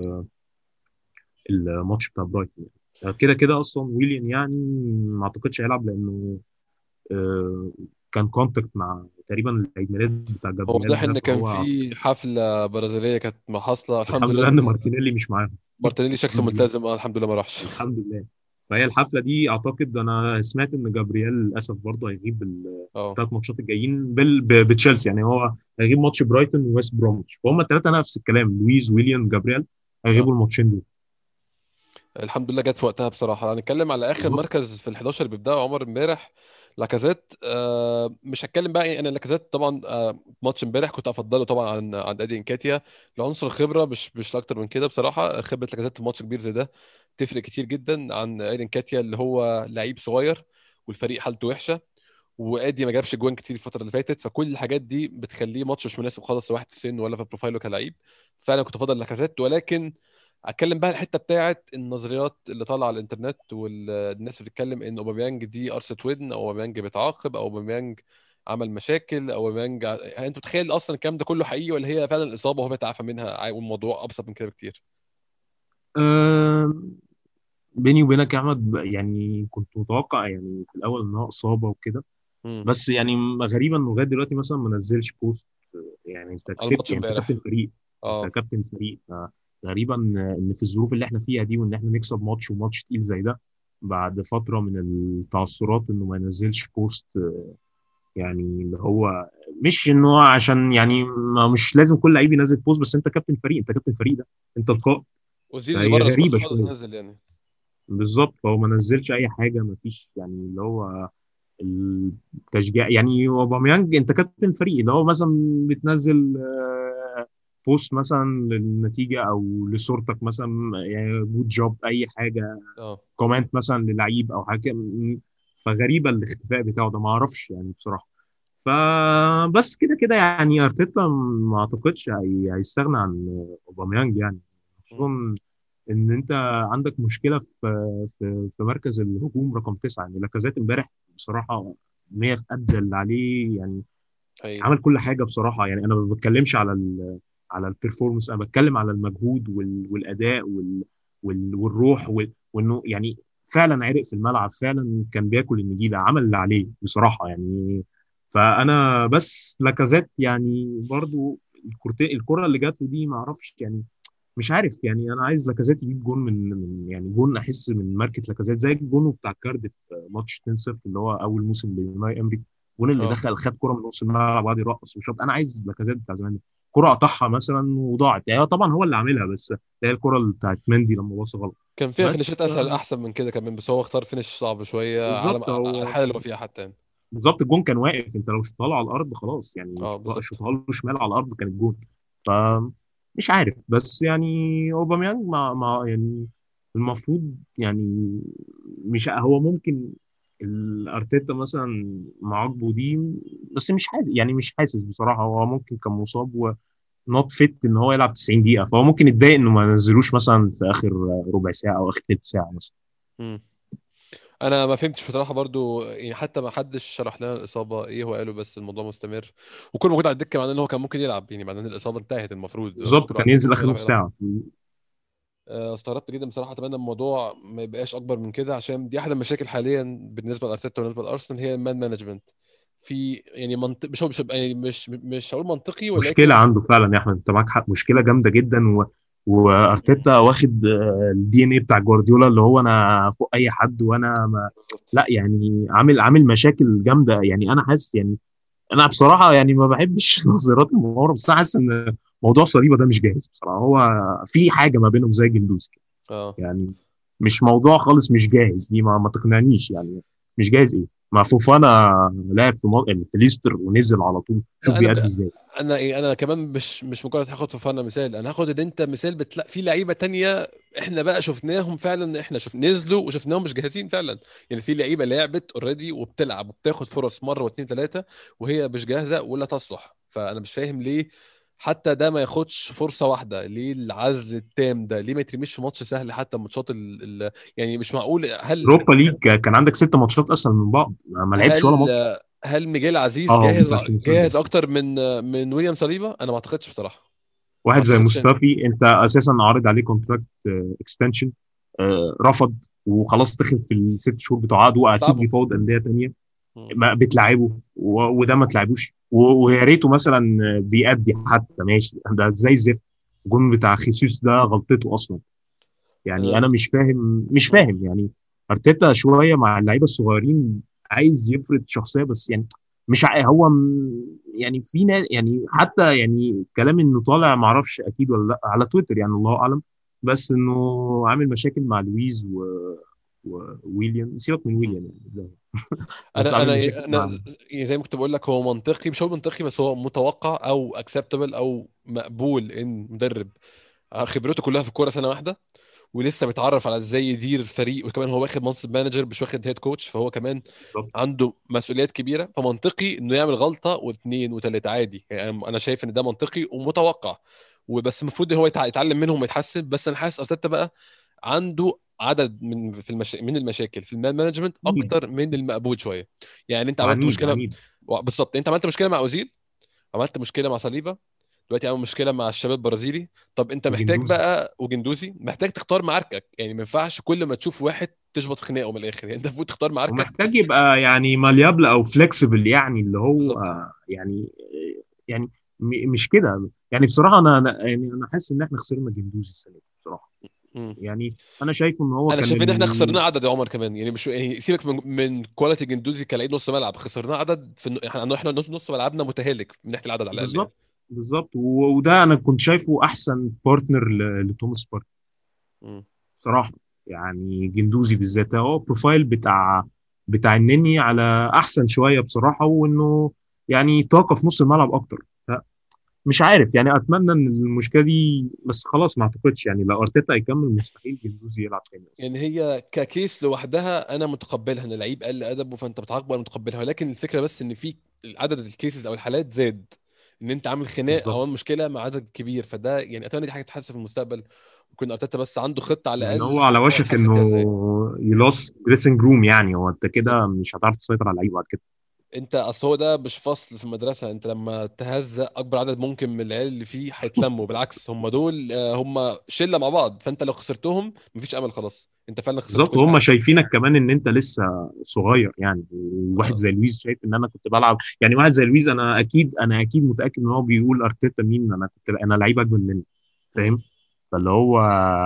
الماتش بتاع برايتون يعني. كده كده اصلا ويليان يعني ما اعتقدش هيلعب لانه آه، كان كونتاكت مع تقريبا العيد ميلاد بتاع هو جابرييل واضح ده. ان كان فهو في حفلة برازيلية كانت حاصلة. الحمد الحمد لله لله ان ان مارتينيلي مش معاهم. مارتينيلي شكله الحمد لله. ملتزم. الحمد لله ما راحش. الحمد لله. فهي الحفله دي اعتقد انا سمعت ان جابرييل للاسف برضه هيغيب اه الثلاث ماتشات الجايين بتشيلسي. يعني هو هيغيب ماتش برايتون وويست بروميتش، فهم الثلاثه نفس الكلام، لويز ويليام جابرييل اه هيغيبوا الماتشين دول. الحمد لله جت في وقتها بصراحه. هنتكلم على اخر بالظبط. مركز في ال 11 اللي بيبداوا عمر امبارح، لاكازيت. مش هتكلم بقى انا لاكازيت طبعا، ماتش امبارح كنت افضله طبعا عن ادي انكاتيا. العنصر الخبره مش اكتر من كده بصراحه. خبره لاكازيت في ماتش كبير زي ده تفرق كتير جدا عن ايدن كاتيا اللي هو لعيب صغير والفريق حالته وحشه، وادي ما جابش جوان كتير الفتره اللي فاتت. فكل الحاجات دي بتخليه ماتش مش مناسب خالص لواحد في سنه ولا في بروفايله كلاعب. فانا كنت افضل لاكازيت. ولكن اتكلم بقى الحته بتاعت النظريات اللي طالعه على الانترنت والناس اللي بتتكلم ان اوباميانج دي قرصه ودن، او اوباميانج بيتعاقب، او اوباميانج عمل مشاكل، او اوباميانج هل انت متخيل اصلا الكلام ده كله حقيقي ولا هي فعلا الاصابه وهو بيتعافى منها والموضوع ابسط من كده بكتير؟ أه بيني وبينك يا احمد، يعني كنت متوقع يعني في الاول انها اصابه وكده، امم بس يعني غريبا انه لغايه دلوقتي مثلا ما نزلش بوست. يعني انت على كسبت، الماتش يعني انت كابتن امبارح. فريق، انت اه كابتن فريق. غريبا ان في الظروف اللي احنا فيها دي، وان احنا نكسب ماتش وماتش تقيل زي ده بعد فتره من التعثرات، انه ما ينزلش بوست. يعني اللي هو مش انه عشان يعني ما مش لازم كل لعيب ينزل بوست، بس انت كابتن فريق، انت كابتن فريق ده، انت القائد. اوزيل اللي فهي بره سكواد غريبه خالص شويه. نزل يعني. بالظبط، فهو ما نزلش اي حاجه، ما فيش يعني اللي هو التشجيع. يعني اوباميانج انت كابتن فريق، اللي هو مثلا بتنزل بوست مثلا للنتيجه او لصورتك مثلا، يعني جود جوب اي حاجه، اه كومنت مثلا للعيب او حاجه. فغريبه الاختفاء بتاعه ده، ما اعرفش يعني بصراحه. فبس كده كده يعني ارتيتا ما اعتقدش هيستغنى عن اوباميانج يعني، مم. خصوصا ان انت عندك مشكله في مركز الهجوم رقم 9. يعني لاكازيت امبارح بصراحه 100 ادى اللي عليه يعني، اي عمل كل حاجه بصراحه. يعني انا ما بتكلمش على على البرفورمانس، انا بتكلم على المجهود والاداء والروح وانه يعني فعلا عرق في الملعب، فعلا كان بياكل النجيله، عمل اللي عليه بصراحه يعني. فانا بس لاكازيت يعني برضو الكره اللي جات له دي ما اعرفش يعني، مش عارف يعني. انا عايز لاكازيت يجيب جون من يعني جون، احس من ماركه لاكازيت زي الجون بتاع كارديف ماتش 2-0 اللي هو اول موسم ليوناي امري. الجون اللي اه دخل خد كره من نص الملعب وقعد يرقص وشاط. انا عايز لاكازيت بتاع زمان ده. كره قطعها مثلا وضاعت، يعني طبعا هو اللي عاملها، بس هي الكره بتاعت مندي لما بص غلط. كان فيها بس فينيشات اسهل احسن من كده كمان، بس هو اختار فينيش صعب شويه على بالظبط على هو الحاله اللي هو فيها حتى يعني. بالظبط الجون كان واقف، انت لو شطها له على الارض خلاص يعني، اه بالظبط. شطها له شمال على الارض كان الجون. بالظبط مش عارف بس يعني اوباميانج ما يعني المفروض يعني، مش هو ممكن الارتيتا مثلا معاقبه دي، بس مش حاسس يعني، مش حاسس بصراحه. هو ممكن كان مصاب ونوت فيت ان هو يلعب 90 دقيقه، فهو ممكن يتضايق انه ما نزلوش مثلا في اخر ربع ساعه او اخر ثلث ساعه مثلا. مم. انا ما فهمتش بصراحه برضو يعني، حتى ما حدش شرح لنا الاصابه ايه. هو قالوا بس الموضوع مستمر وكل موجود على الدكه، معناه ان هو كان ممكن يلعب يعني، معناه ان الاصابه انتهت المفروض بالظبط بكره كان على ينزل الدكه اخر يلعب نص يلعب. ساعه. استغربت جدا بصراحه. اتمنى الموضوع ما يبقاش اكبر من كده، عشان دي احد المشاكل حاليا بالنسبه لارتيتا وبالنسبه لارسنال، هي المان مانجمنت. في يعني منطق مش هو مش يعني مش هقول منطقي مشكلة ولكن. عنده فعلا يا احمد، انت معاك حق، مشكلة جامدة جدا. وارتيتا واخد الدي ان ايه بتاع جوارديولا، اللي هو انا فوق اي حد وانا ما. بالظبط لا يعني عامل مشاكل جامدة. يعني انا حاسس يعني، انا بصراحة يعني ما بحبش نظريات المؤامرة، بس انا حاسس ان موضوع صليبة ده مش جاهز بصراحة. هو في حاجة ما بينهم زي جندوز كده اه يعني، مش موضوع خالص مش جاهز دي، ما تقنعنيش يعني. مش جاهز ايه؟ ما فوفانا لعب في ليستر ونزل على طول، شوف لا انا بيأدي ازاي. انا ايه، انا كمان مش مجرد هاخد فانا مثال، انا هاخد ان انت مثال في لعيبه تانية احنا بقى شفناهم فعلا، احنا نزلوا وشفناهم مش جاهزين فعلا. يعني في لعيبه لعبت اوريدي وبتلعب وبتاخد فرص مره واثنين ثلاثه وهي مش جاهزه ولا تصلح. فانا مش فاهم ليه حتى ده ما ياخدش فرصه واحده، ليه العزل التام ده، ليه ما يترميش في ماتش سهل حتى ماتشات يعني مش معقول. اوروبا ليج كان عندك 6 ماتشات اسهل من بعض، ما لعبش ولا هل ماتش. هل ميجيل عزيز اه جاهز، بتاع سيمي. جاهز اكتر من ويليام صليبا؟ انا ما اعتقدش بصراحه. ما واحد زي اعتقدش ان مصطفي انت اساسا عارض عليه كونتراكت اكستنشن، رفض وخلاص داخل في ال6 شهور بتوع عقده، واكيد بتلعبه. بيفاوض انديه تانيه. مم. ما بتلعبه وده ما تلعبوش، ويا ريته مثلا بيأدي حتى ماشي، ده زي الزفت. الجون بتاع خيسوس ده غلطته اصلا. يعني انا انا مش فاهم مم. يعني. ارتيتا شويه مع اللعيبه الصغيرين عايز يفرض شخصيه، بس يعني مش هو يعني في ناس يعني حتى يعني كلام انه طالع ما اعرفش اكيد ولا لا على تويتر، يعني الله اعلم، بس انه عامل مشاكل مع لويز وويليام. سيبك من مم. ويليام يعني بس انا عامل انا مشاكل مع. انا يعني زي ما كنت بقول لك، هو منطقي، مش هو منطقي بس هو متوقع او اكسبتبل او مقبول ان مدرب خبرته كلها في الكوره سنه واحده ولسه بيتعرف على ازاي يدير فريق، وكمان هو واخد منصب مانجر مش واخد هيد كوتش، فهو كمان بالظبط. عنده مسؤوليات كبيره، فمنطقي انه يعمل غلطه واثنين وثلاثه عادي. يعني انا شايف ان ده منطقي ومتوقع، وبس المفروض ان هو يتعلم منهم ويتحسن. بس انا حاسس ارتيتا بقى عنده عدد من المشاكل في المان مانجمنت عنيد اكتر من المقبول شويه. يعني انت عملت عنيد مشكله. عنيد. بالظبط، انت عملت مشكله مع اوزيل، عملت مشكله مع صليبه، دلوقتي عامل مشكله مع الشباب البرازيلي. طب انت محتاج وجندوزي. بقى وجندوزي، محتاج تختار معاركك. يعني ما ينفعش كل ما تشوف واحد تشبط خناقه من الاخر، يعني انت المفروض تختار معاركك. ومحتاج يبقى يعني ماليابل او فليكسبل، يعني اللي هو بالظبط. يعني يعني مش كده يعني. بصراحه يعني انا حاسس ان احنا خسرنا جندوزي السنه دي بصراحه. مم. يعني انا شايف ان هو انا كان شايف ان احنا خسرناه عدد يا عمر كمان، يعني مش يعني سيبك من كواليتي جندوزي كلاعب نص ملعب، خسرناه عدد احنا نص ملعبنا متهالك من ناحيه العدد على الاقل يعني. بالظبط بالظبط. وده انا كنت شايفه احسن بارتنر لتوماس بارتي مم. صراحه. يعني جندوزي بالذات هو بروفايل بتاع النني على احسن شويه بصراحه، وانه يعني طاقه في نص الملعب اكتر. مش عارف يعني، اتمنى ان المشكله دي، بس خلاص ما اعتقدش يعني لو ارتيتا يكمل مستحيل جندوزي يلعب تاني اصلا. يعني هي ككيس لوحدها انا متقبلها، ان اللعيب قل ادبه فانت بتعاقبه، انا متقبلها. ولكن الفكره بس ان في عدد الكيسز او الحالات زاد، ان انت عامل خناق او بالظبط. عامل مشكله مع عدد كبير، فده يعني اتمنى دي حاجه تتحسن في المستقبل. ويكون ارتيتا بس عنده خطه على لان الاقل هو على ان هو وشك يتحكم انه فيها ازاي. يلوس دريسنج روم، يعني هو انت بالظبط. كده مش هتعرف تسيطر على اللعيبه بعد كده. انت اصل هو ده مش فصل في المدرسه، انت لما تهزأ اكبر عدد ممكن من العيال اللي فيه هيتلموا، بالعكس هم دول هم شله مع بعض، فانت لو خسرتهم مفيش امل، خلاص انت فعلا خسرت بالظبط. كل وهم حاجه. شايفينك كمان ان انت لسه صغير يعني. وواحد اه. زي لويس شايف ان انا كنت بلعب، يعني واحد زي لويس انا اكيد متاكد ان هو بيقول ارتيتا مين، انا لعيب اجمل منه. مم. فاهم؟ فاللي هو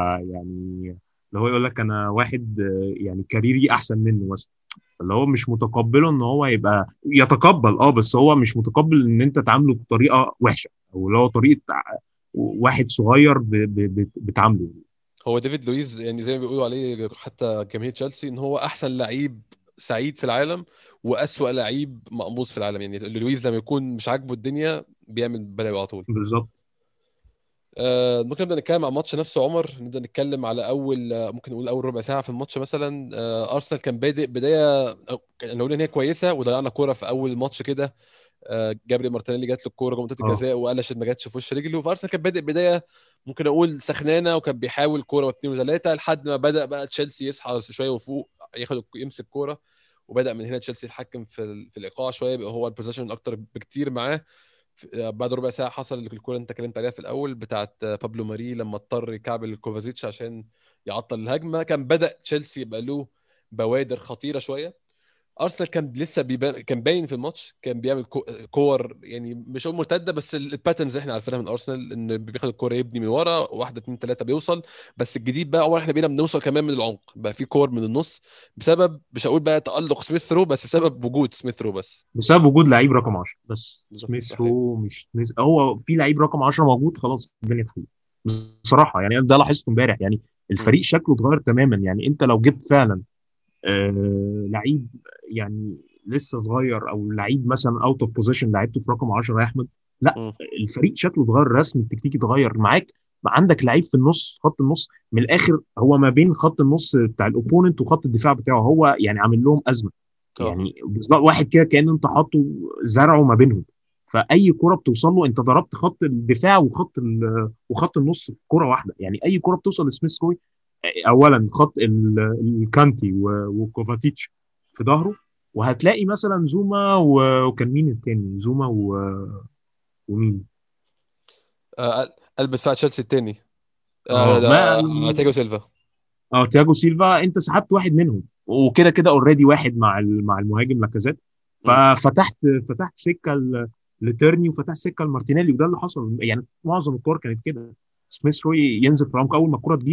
يعني اللي هو يقول لك انا واحد يعني كاريري احسن منه مثلا. اللي هو مش متقبله ان هو يبقى يتقبل، بس هو مش متقبل ان انت تعامله بطريقه وحشه، او اللي هو طريقه واحد صغير بتعامله. هو ديفيد لويز يعني زي ما بيقولوا عليه حتى جماهير تشيلسي ان هو احسن لعيب سعيد في العالم واسوأ لعيب مقموص في العالم. يعني لويز لما يكون مش عاجبه الدنيا بيعمل بلاوي على طول. بالظبط. ممكن نبدا نتكلم عن الماتش نفسه يا عمر. نبدا نتكلم على اول ممكن نقول اول ربع ساعه في الماتش مثلا. ارسنال كان بادئ بدايه نقول ان هي كويسه، وضيعنا كوره في اول ماتش كده. جابري مارتينيلي جات له الكوره جوه منطقه اه الجزاء وقلشت ما جاتش في وش رجله. فارسنال كان بادئ بدايه ممكن اقول سخنانه، وكان بيحاول كوره واثنين وثلاثه لحد ما بدا بقى تشيلسي يصحى شويه وفوق، يمسك كوره. وبدا من هنا تشيلسي يتحكم في الايقاع شويه، بقى هو البوزيشن اكتر بكتير معاه. بعد ربع ساعه حصل الكوره اللي انت اتكلمت عليها في الاول بتاعت بابلو ماري لما اضطر يكعبل كوفازيتش عشان يعطل الهجمه. كان بدا تشيلسي يبقى له بوادر خطيره شويه. ارسنال كان لسه كان باين في الماتش، كان بيعمل كور يعني مش هقول مرتده، بس الباترنز احنا عارفينها من ارسنال، ان بياخد الكوره يبني من ورا واحده اتنين تلاته بيوصل. بس الجديد بقى اول احنا بقينا بنوصل كمان من العمق، بقى في كور من النص بسبب مش هقول بقى تألق سميث رو، بس بسبب وجود سميث رو بس. بسبب وجود لعيب رقم 10 بس. بالظبط ده سميث حقيقي. رو مش سميث، هو في لعيب رقم 10 موجود خلاص الدنيا اتحلت بصراحه. يعني أنا ده لاحظته امبارح يعني. مم. الفريق شكله اتغير تماما. يعني انت لو جبت فعلا لعيب يعني لسه صغير، او لعيب مثلا اوت اوف بوزيشن لعيبته في رقم 10 يا احمد، لا مم. الفريق شكله اتغير، رسم التكتيك اتغير معاك. عندك لعيب في النص، خط النص من الاخر هو ما بين خط النص بتاع الاوبوننت وخط الدفاع بتاعه، هو يعني عامل لهم ازمه. اه. يعني بالظبط واحد كده كأن انت حاطه زرعه ما بينهم. فاي كره بتوصل له انت ضربت خط الدفاع وخط النص في كره واحده. يعني اي كره بتوصل لسميث روي، اولا خط الكانتي وكوفاتيتش في ظهره، وهتلاقي مثلا زوما وكان مين التاني، زوما ومين. قلب دفاع تشيلسي الثاني. ما تياجو سيلفا. تياجو سيلفا انت سحبت واحد منهم، وكده كده اوريدي واحد مع المهاجم لاكازيت. مم. فتحت سكه لتيرني، وفتحت سكه لمارتينيلي، وده اللي حصل. يعني معظم الكور كانت كده. سميث روي ينزل في العمق اول ما الكره تجيله،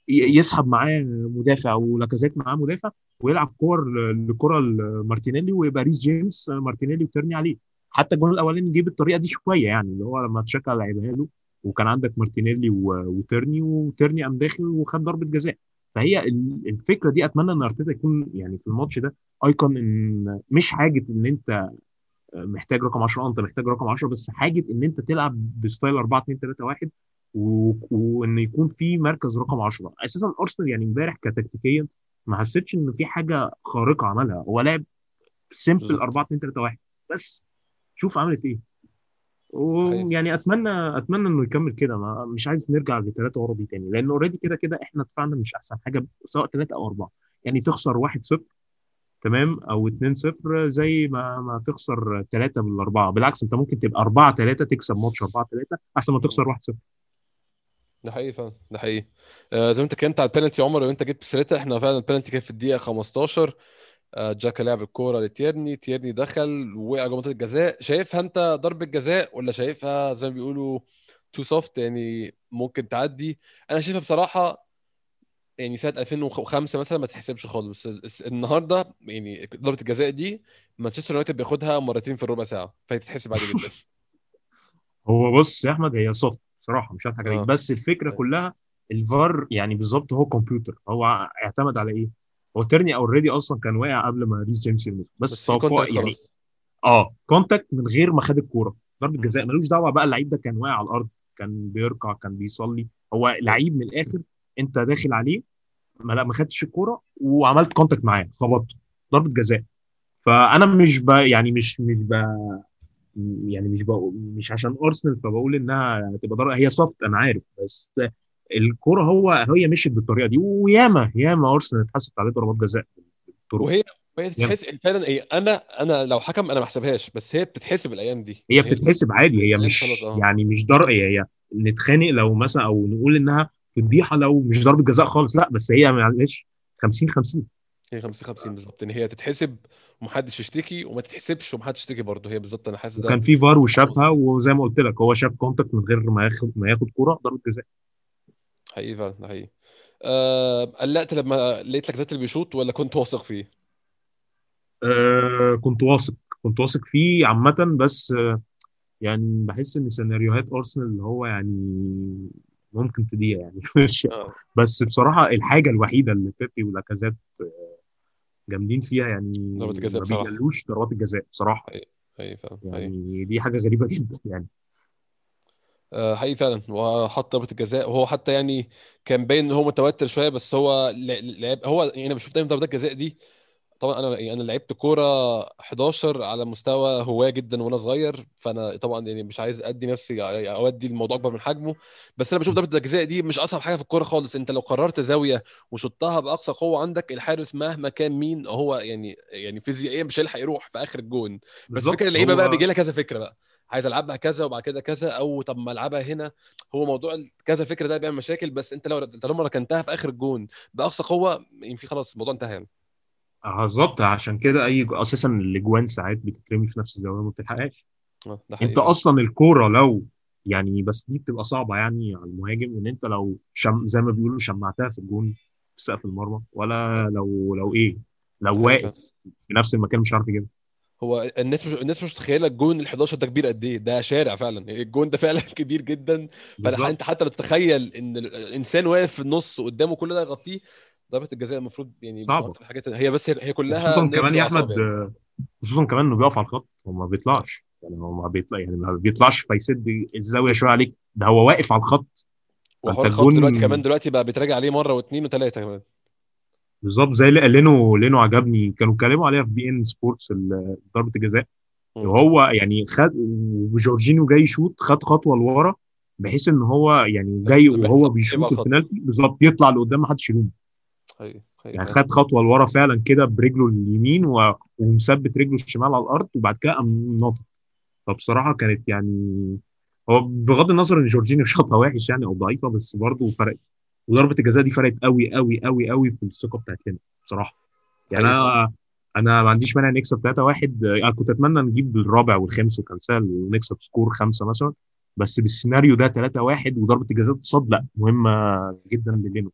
يسحب معاه مدافع ولاكازيت معاه مدافع، ويلعب لكره لمارتينيلي، ويبقى ريس جيمس مارتينيلي وترني عليه. حتى الجون الاولاني جه بالطريقه دي شويه، يعني اللي هو لما تشاكا لعبها له، وكان عندك مارتينيلي وترني قام داخل وخد ضربه جزاء. فهي الفكره دي اتمنى ان ارتيتا يكون يعني في الماتش ده ايكون، ان مش حاجه ان انت محتاج رقم 10، انت محتاج رقم 10، بس حاجه ان انت تلعب بستايل 4 2 3 1، وان يكون في مركز رقم 10. اساسا ارسنال يعني امبارح كتكتيكيا ما حسيتش ان في حاجه خارقه عملها، هو لعب سيمبل بالظبط. 4 2 3 1 بس. شوف عملت ايه. حقيقي. ويعني اتمنى انه يكمل كده، مش عايز نرجع لثلاثه ورا دي تاني، لان اوريدي كده كده احنا دفعنا مش احسن حاجه، سواء ثلاثه او اربعه. يعني تخسر 1-0 تمام، او 2-0، زي ما تخسر 3 من الاربعه. بالعكس انت ممكن تبقى 4-3، تكسب ماتش 4-3 احسن ما مم. تخسر 1-0. ده حقيقي فعلا، ده حقيقي. زي ما انت اتكلمت على البينالتي يا عمر، وانت جبت سيرتها، احنا فعلا البينالتي كان في الدقيقه 15. جاكا لعب الكوره لتيرني، تيرني دخل ووقع جوه منطقه الجزاء. شايفها انت ضربه جزاء، ولا شايفها زي ما بيقولوا تو سوفت يعني ممكن تعدي؟ انا شايفها بصراحه يعني سنه 2005 مثلا ما تحسبش خالص، بس النهارده يعني ضربه الجزاء دي مانشستر يونايتد بياخدها مرتين في الربع ساعه، فهي تتحسب عادي جدا. هو بص يا احمد، هي صف بصراحه مش هضحك عليك، اه. بس الفكره كلها الفار يعني بالظبط هو كمبيوتر، هو اعتمد على ايه؟ هو تيرني اوريدي اصلا كان واقع قبل ما ريس جيمس يلمسه، بس بس في توقع كونتاكت يعني. خلاص. كونتاكت من غير ما خد الكوره، ضربه مم. جزاء ملوش دعوه بقى. اللعيب ده كان واقع على الارض، كان بيركع، كان بيصلي، هو ايوه. لعيب من الاخر. انت داخل عليه، ما خدتش الكوره وعملت كونتاكت معاه خبطته، ضربه جزاء. فانا مش يعني مش عشان ارسنال فبقول انها تبقى ضربه، هي صفت انا عارف، بس الكوره هي مشيت بالطريقه دي، وياما ارسنال اتحسبت عليه ضربات جزاء بالطرق. وهي وهي ياما. تتحسب فعلا. هي انا لو حكم انا ما احسبهاش، بس هي بتتحسب الايام دي هي يعني. هي بتتحسب عادي، هي الايام دي خلاص. مش اه. يعني مش ضرب، هي نتخانق لو مثلا، او نقول انها فضيحه لو مش ضربه جزاء خالص، لا بس هي معلش 50 50. هي 50 50 بالظبط، ان هي تتحسب ومحدش يشتكي، وما تتحسبش ومحدش يشتكي برضه. هي بالظبط انا حاسس ده. وكان في فار وشافها، وزي ما قلت لك هو شاف كونتاكت من غير ما ياخد كوره، ضربه جزاء. حقيقي فعلا، ده حقيقي. قلقت لما لقيت لك ذات اللي بيشوط، ولا كنت واثق فيه؟ كنت واثق فيه عامه، بس يعني بحس ان سيناريوهات ارسنال اللي هو يعني ممكن تضيع يعني مش. اه. بس بصراحه الحاجه الوحيده اللي بيبي ولاكازيت جامدين فيها يعني، ضربة الجزاء ما بصراحة. بيجلوش ضربات الجزاء بصراحه. حقيقي. حقيقي فعلا، حقيقي. يعني دي حاجه غريبه جدا يعني. حقيقي فعلا، وحط ضربة الجزاء، وهو حتى يعني كان باين ان هو متوتر شوية، بس هو لعب. هو يعني انا بشوف دايما ضربات الجزاء دي. طبعا انا لعبت كوره 11 على مستوى هواه جدا وانا صغير، فانا طبعا يعني مش عايز ادي نفسي اودي الموضوع اكبر من حجمه. بس انا بشوف ضربه الجزاء دي مش اصعب حاجه في الكوره خالص. انت لو قررت زاويه وشطها باقصى قوه عندك، الحارس مهما كان مين هو يعني فيزيائيا مش هيلحق يروح في اخر الجون. بس فكره بالظبط. اللعيبه بقى بيجي لها كذا فكره بقى. عايز العبها كذا وبعد كده كذا، او طب ما العبها هنا. هو موضوع كذا فكره ده بيعمل مشاكل، بس انت لو طالما ركنتها في اخر الجون باقصى قوه، يعني في خلاص الموضوع انتهى يعني. بالظبط، عشان كده اساسا الاجوان ساعات بتترمي في نفس الزاويه ما بتلحقهاش. ده حقيقي انت فعلا. اصلا الكوره لو يعني، بس دي بتبقى صعبه يعني على المهاجم، ان انت لو زي ما بيقولوا شمعتها في الجون في سقف المرمى، ولا لو ايه، ده لو حقيقي فعلا. واقف في نفس المكان مش عارف يجيبها. هو الناس مش متخيله الجون ال 11 ده كبير قد ايه. ده شارع فعلا، الجون ده فعلا كبير جدا. بالظبط. فانت حتى لو تتخيل ان الانسان واقف في النص قدامه كل ده يغطيه، ضربة الجزاء المفروض يعني مش من صعبه. اكتر الحاجات. هي بس هي كلها وخصوصا كمان نيرفز يا واعصاب احمد، يعني. خصوصا كمان انه بيقف على الخط، هو ما اه. بيطلعش يعني، هو ما بيطلع يعني، ما بيطلعش فيسد الزاويه شويه عليك، ده هو واقف على الخط. فانت وحوار الخط دلوقتي الجون. كمان دلوقتي بقى بيتراجع عليه مره واثنين وثلاثه كمان. بالظبط، زي اللي لينو عجبني، كانوا اتكلموا عليها في بي ان سبورتس، ضربه الجزاء. مم. وهو يعني خد، وجورجينيو جاي يشوط خد خطوه لورا، بحيث ان هو يعني جاي وهو بالظبط يبقى بيشوط الخط. البنالتي بالظبط يطلع لقدام ما حدش يلوم. حقيقي، حقيقي يعني فعلا. خد خطوه لورا فعلا كده برجله اليمين، ومثبت رجله الشمال على الارض، وبعد كده قام ناطط. فبصراحه كانت يعني، هو بغض النظر ان جورجينيو شاطها وحش يعني او ضعيفه، بس برضه فرقت. وضربه الجزاء دي فرقت قوي قوي قوي قوي في الثقه بتاعت لنا بصراحه. يعني حقيقي فعلا. انا ما عنديش مانع نكسب 3-1. انا كنت اتمنى نجيب الرابع والخامس وكنسل ونكسب سكور 5 مثلا، بس بالسيناريو ده 3-1 وضربه الجزاء تصد، لا مهمه جدا للينو.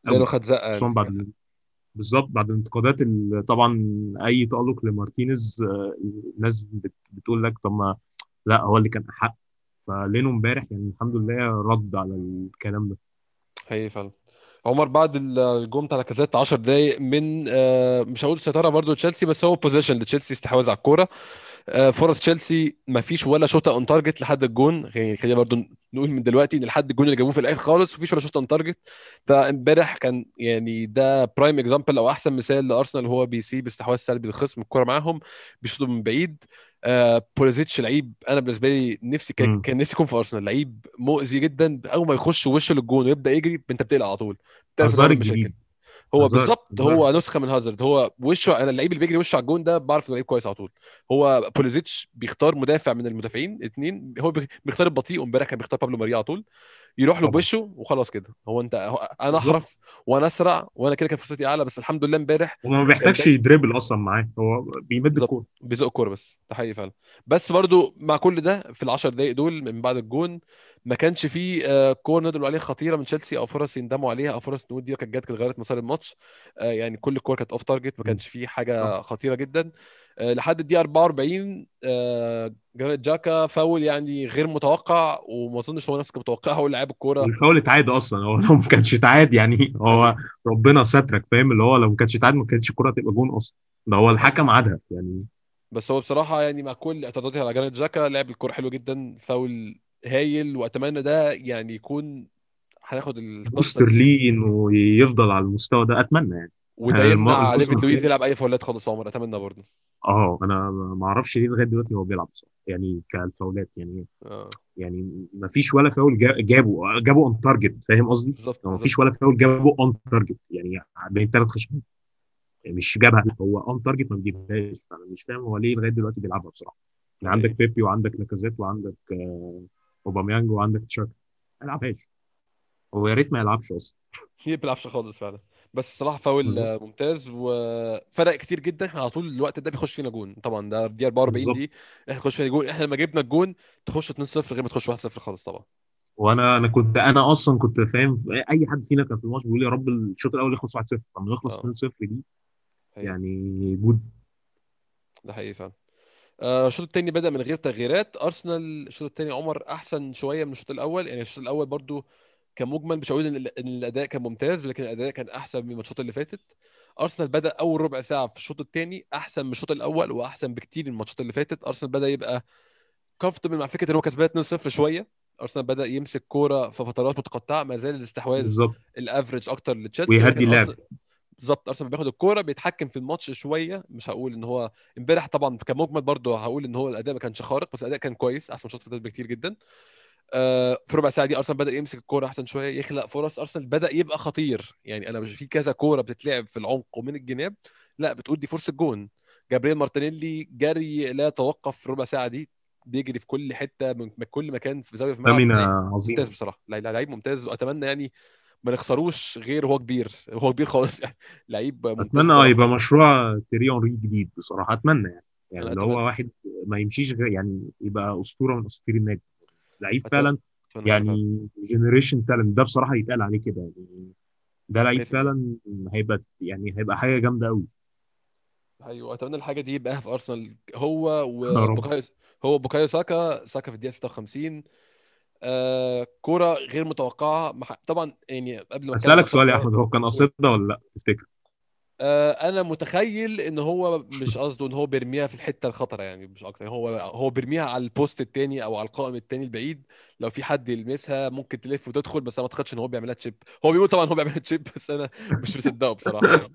لانه قوي، خد زقه خصوصا يعني. بعد، بالظبط بعد الانتقادات طبعا اي تألق لمارتينيز، الناس بتقول لك طب ما لا هو اللي كان احق. فلينو امبارح يعني الحمد لله رد على الكلام ده. حقيقي فعلا. عمر بعد الجون بتاع لاكازيت 10 دقايق من مش هقول سيطره برضو تشيلسي، بس هو بوزيشن لتشيلسي، استحواذ على الكوره. فرص تشيلسي ما فيش ولا شوطه اون تارجت لحد الجون، يعني خلينا برضو نقول من دلوقتي ان لحد الجون اللي جابوه في الاخر خالص مفيش ولا شوطه اون تارجت. فامبارح كان يعني ده برايم اكزامبل او احسن مثال لارسنال، هو بيسيب استحواذ سلبي للخصم، الكوره معاهم بيشوطوا من بعيد. بوليزيتش لعيب، انا بالنسبه لي نفسي امم كان نفسي يكون في ارسنال، لعيب مؤذي جدا، اول ما يخش وشه للجون ويبدا يجري انت بتقلق على طول، بتعرف انه هازار هيعمل مشاكل. الجديد. هو هازار بالظبط هازار. هو نسخه من هازارد، هو وشه، انا اللعيب اللي بيجري وشه على الجون ده بعرف انه لعيب كويس على طول. هو بوليزيتش بيختار مدافع من المدافعين اتنين، هو بيختار البطيء، وامبارح كان بيختار بابلو ماريا على طول، يروح له طبعا بوشه وخلاص كده. هو انت انا بالظبط. احرف وانا اسرع وانا كده كان فرصتي اعلى، بس الحمد لله امبارح وما كان بيحتاجش داي يدريبل اصلا معاه، هو بيمد بالظبط الكوره. بيزق الكوره بس، ده حقيقي فعلا. بس برضو مع كل ده في العشر دقايق دول من بعد الجون ما كانش فيه كور نقدر نقول عليها خطيره من تشيلسي، او فرص يندموا عليها، او فرص نقول دي كانت جت كانت غيرت مسار الماتش. يعني كل الكور كانت اوف تارجت، ما مم. كانش فيه صح. حاجه خطيره جدا. لحد الدقيقه 44 جرانيت جاكا فاول يعني غير متوقع، وما اظنش هو نفسه كان متوقعه، هو لاعب الكوره. والفاول اتعاد اصلا، هو لو ما كانش اتعاد يعني هو حقيقي. ربنا سترك، فاهم؟ اللي هو لو ما كانش اتعاد ما كانتش الكوره تبقى جون اصلا، ده هو ده حقيقي. الحكم عادها يعني. بس هو بصراحة يعني مع كل اعتراضاتي على جرانيت جاكا لعب الكورة حلو جدا، فاول هايل، واتمنى ده يعني يكون هناخد القصة بوستر دي، ليه انه يفضل على المستوى ده، اتمنى يعني. وده يمنع الموسم ديفيد لويز الجاي. يلعب اي فاولات خالص. عمر اتمنى برضه. اه انا ما اعرفش ليه لغايه دلوقتي هو بيلعب بصراحه يعني كالفاولات يعني. اه يعني ما فيش ولا فاول جابه اون تارجت، فاهم قصدي؟ بالظبط ما بالظبط. فيش ولا فاول جابه اون تارجت يعني بين ثلاث خشبات. مش جابها، لا هو اون تارجت ما بيجيبهاش. انا مش فاهم هو ليه لغايه دلوقتي بيلعبها بصراحه. ده يعني عندك حقيقي. بيبي وعندك لاكازيت وعندك اوباميانج وعندك تشاكا، ما يلعبهاش. هو يا ريت ما يلعبش اصلا. هي بيلعبش خالص فعلا. بس بصراحة فاول بالظبط. ممتاز، وفرق كتير جدا، احنا على طول الوقت ده بيخش فينا جون، طبعا ده دي 44 بالظبط. دي احنا نخش فينا جون، احنا لما جبنا الجون تخش 2-0 غير ما تخش 1-0 خالص طبعا. انا اصلا كنت فاهم، اي حد فينا كان في الماتش بيقول يا رب الشوط الاول يخلص 1-0، لما يخلص اه 2-0 دي حقيقي. يعني جود. ده حقيقي فعلا. الشوط الثاني بدأ من غير تغييرات ارسنال. الشوط الثاني عمر احسن شويه من الشوط الاول، يعني الشوط الاول برضو كمجمل مش هقول إن الاداء كان ممتاز، لكن الاداء كان احسن من الماتشات اللي فاتت. ارسنال بدأ اول ربع ساعه في الشوط الثاني احسن من الشوط الاول، واحسن بكتير من الماتشات اللي فاتت. ارسنال بدأ يبقى كومفورتبل مع فكره ان هو كسبان 2-0 شويه. ارسنال بدأ يمسك كوره في فترات متقطعه، ما زال الاستحواذ بالظبط. الافريج اكتر لتشيلسي، ويهدي ولكن اللعب. ارسنال بالظبط ارسنال بياخد الكوره بيتحكم في الماتش شويه. مش هقول ان هو امبارح طبعا كمجمل برضه هقول ان هو الاداء ما كانش خارق، بس الاداء كان كويس احسن من شوط فاتت بكتير جدا. في ربع ساعه دي ارسنال بدا يمسك الكوره احسن شويه، يخلق فرص، ارسنال بدا يبقى خطير. يعني انا مش في كذا كوره بتتلعب في العمق ومن الجناب، لا بتقول دي فرصه جون. جابرييل مارتينيلي جري لا يتوقف في الربع ساعه دي، بيجري في كل حته من كل مكان في زاويه في الملعب. ستامينا ممتاز عظيمه. بصراحه، لعيب ممتاز، واتمنى يعني ما نخسروش غير هو كبير، هو كبير خالص يعني. لعيب ممتاز اتمنى بصراحه. يبقى مشروع تيري اونري جديد بصراحه، اتمنى يعني. يعني انا اللي اتمنى هو واحد ما يمشيش غير يعني يبقى اسطوره من اساطير النادي، لعيب اتمنى, فعلا. أتمنى كده فعلا. يعني جنريشن تالنت ده بصراحه يتقال عليه كده يعني. ده لعيب 100%. فعلا. هيبقى حاجه جامده قوي. ايوه اتمنى الحاجه دي يبقى في ارسنال، هو يا رب. وبوكايو. هو بوكايو ساكا في الدقيقه 56. كرة غير متوقعة طبعا يعني قبل ما اتكلم على اسالك سؤال يا ساكا. احمد، هو كان قصيده ولا لا تفتكر؟ انا متخيل ان هو مش قصده ان هو بيرميها في الحته الخطره، يعني مش اكتر، يعني هو بيرميها على البوست التاني او على القائم التاني البعيد، لو في حد يلمسها ممكن تلف وتدخل، بس انا ما اعتقدش ان هو بيعملها تشيب. هو بيقول طبعا هو بيعملها تشيب بس انا مش مصدقه بصراحه يعني.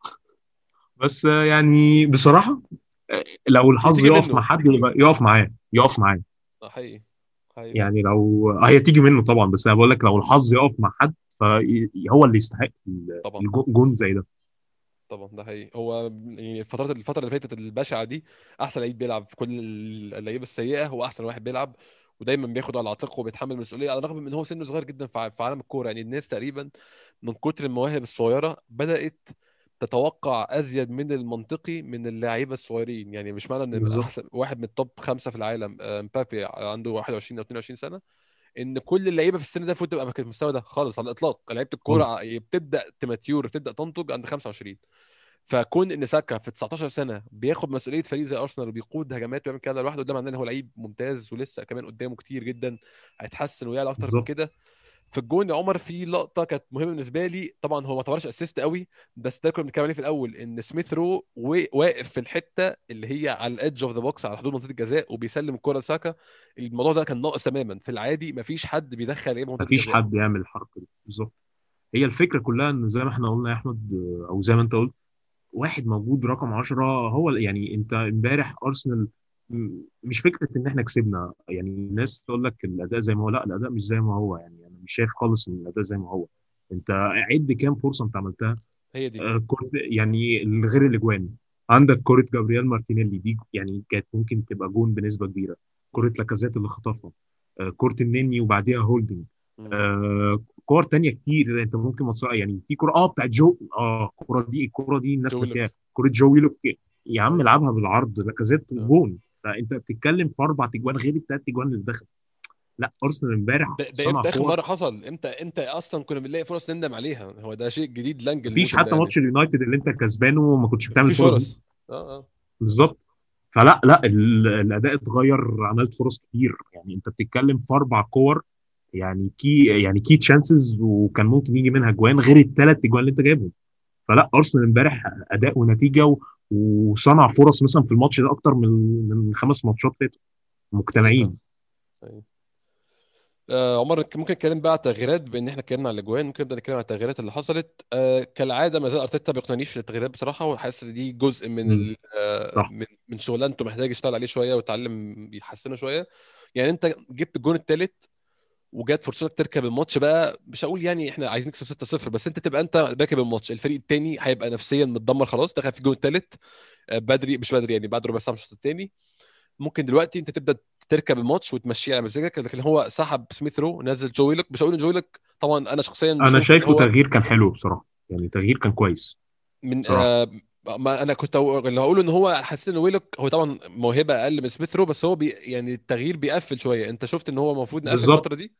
بس يعني بصراحه لو هي الحظ تيجي يقف مع منه. حد يبقى يقف معاه، يقف معاه. حقيقي. حقيقي فعلا. يعني لو هي تيجي منه طبعا، بس انا بقول لك لو الحظ يقف مع حد فهو اللي يستحق طبعا الجون زي ده. طبعا ده حقيقي. هو يعني الفتره اللي فاتت البشعه دي احسن لعيب بيلعب في كل اللعيبه السيئه، هو احسن واحد بيلعب، ودايما بياخد على عاتقه وبيتحمل المسؤوليه، على الرغم من ان هو سنه صغير جدا في عالم الكوره. يعني الناس تقريبا من كتر المواهب الصغيره بدات تتوقع ازيد من المنطقي من اللاعيبه الصغيرين. يعني مش معنى ان بالظبط. احسن واحد من التوب خمسه في العالم مبابي عنده 21 او 22 سنه ان كل اللعيبه في السن ده المفروض تبقى في المستوى ده خالص على الاطلاق. لعيبه خالص. الكوره بتبدا تماتيور، بتبدا تنضج عند 25. فكون ان ساكا في 19 سنه بياخد مسؤوليه فريق زي ارسنال وبيقود هجمات ويعمل كده لوحده، ده معناه ان هو لعيب ممتاز ولسه كمان قدامه كتير جدا هيتحسن ويعلى اكتر من بالظبط. كده. في الجون يا عمر في لقطه كانت مهمه بالنسبه لي، طبعا هو ما اعتبرش اسيست قوي، بس ده كنا بنتكلم عليه في الاول، ان سميث رو واقف في الحته اللي هي على الادج اوف ذا بوكس على حدود منطقه الجزاء وبيسلم الكره لساكا. الموضوع ده كان ناقص تماما، في العادي ما فيش حد بيدخل لعيبه منطقه مفيش الجزاء. حد يعمل الحركه دي بالظبط. هي الفكره كلها ان زي ما احنا قلنا يا احمد، او زي ما انت قلت، واحد موجود رقم 10 هو يعني انت امبارح ارسنال مش فكره ان احنا كسبنا، يعني الناس تقول لك الاداء زي ما هو، لا الاداء مش زي ما هو، يعني انا مش شايف خالص ان الاداء زي ما هو. انت عد كام فرصه انت عملتها. هي دي. يعني غير الاجوان، عندك كرة جابرييل مارتينيلي دي يعني كانت ممكن تبقى جون بنسبة كبيرة. مم. كرة لاكازيت اللي خطفها، كرة النني وبعديها هولدنج، مم. كور تانية كتير انت ممكن ما يعني في كرة بتاعت جو، الكرة دي الناس جو ناسيها. ويلوك. كرة جو ويلوك، يا عم ايوه. العبها بالعرض لاكازيت آه. جون. فانت بتتكلم في 4 تجوان غير ال3 تجوان اللي دخل. لا ارسنال امبارح ده صنع امتى اخر كور. مره حصل؟ امتى اصلا كنا بنلاقي فرص نندم عليها؟ هو ده شيء جديد لانج مفيش الموسم ده حتى يعني. ماتش اليونايتد اللي انت كسبانه وما كنتش بتعمل مفيش الفرص دي. فرص. اه اه. بالظبط. فلا لا الاداء اتغير، عملت فرص كتير، يعني انت بتتكلم في 4 كور، يعني كي تشانسز، وكان ممكن يجي منها جوان غير ال3 جوان اللي انت جايبهم. فلا ارسنال امبارح اداء ونتيجه وصنع فرص مثلا في الماتش ده اكتر من 5 ماتشات فاتوا، ايوه فاهم. مقتنعين. أيوة. عمر ممكن نتكلم بقى على التغييرات، بان احنا اتكلمنا على الاجوان ممكن نبدا نتكلم على التغييرات اللي حصلت. كالعاده ما زال ارتيتا بيقتنيش في التغييرات بصراحه، وحاسس ان دي جزء من مم. صح. من شغلانته محتاج يشتغل عليه شويه ويتعلم يحسنه شويه. يعني انت جبت الجون الثالث وجات فرصتك تركب الماتش بقى، مش هقول يعني احنا عايزين نكسب 6-0، بس انت تبقى انت راكب الماتش، الفريق التاني هيبقى نفسيا متدمر خلاص، دخل في الجون الثالث بدري، مش بدري يعني بعد ربع ساعه من الشوط الثاني. ممكن دلوقتي انت تبدا تركب الماتش وتمشيه على مزاجك، لكن هو سحب سميث رو، نزل جو ويلوك. مش هقول ان جو ويلوك، طبعا انا شخصيا انا بشوف ان شايفه هو تغيير كان حلو بصراحه، يعني تغيير كان كويس من بصراحه. ما انا كنت اللي هقوله ان هو حسيت ان ويلوك هو طبعا موهبه اقل من سميث رو، بس هو يعني التغيير بيقفل شويه. انت شفت ان هو المفروض نقفل بالظبط. الفتره دي.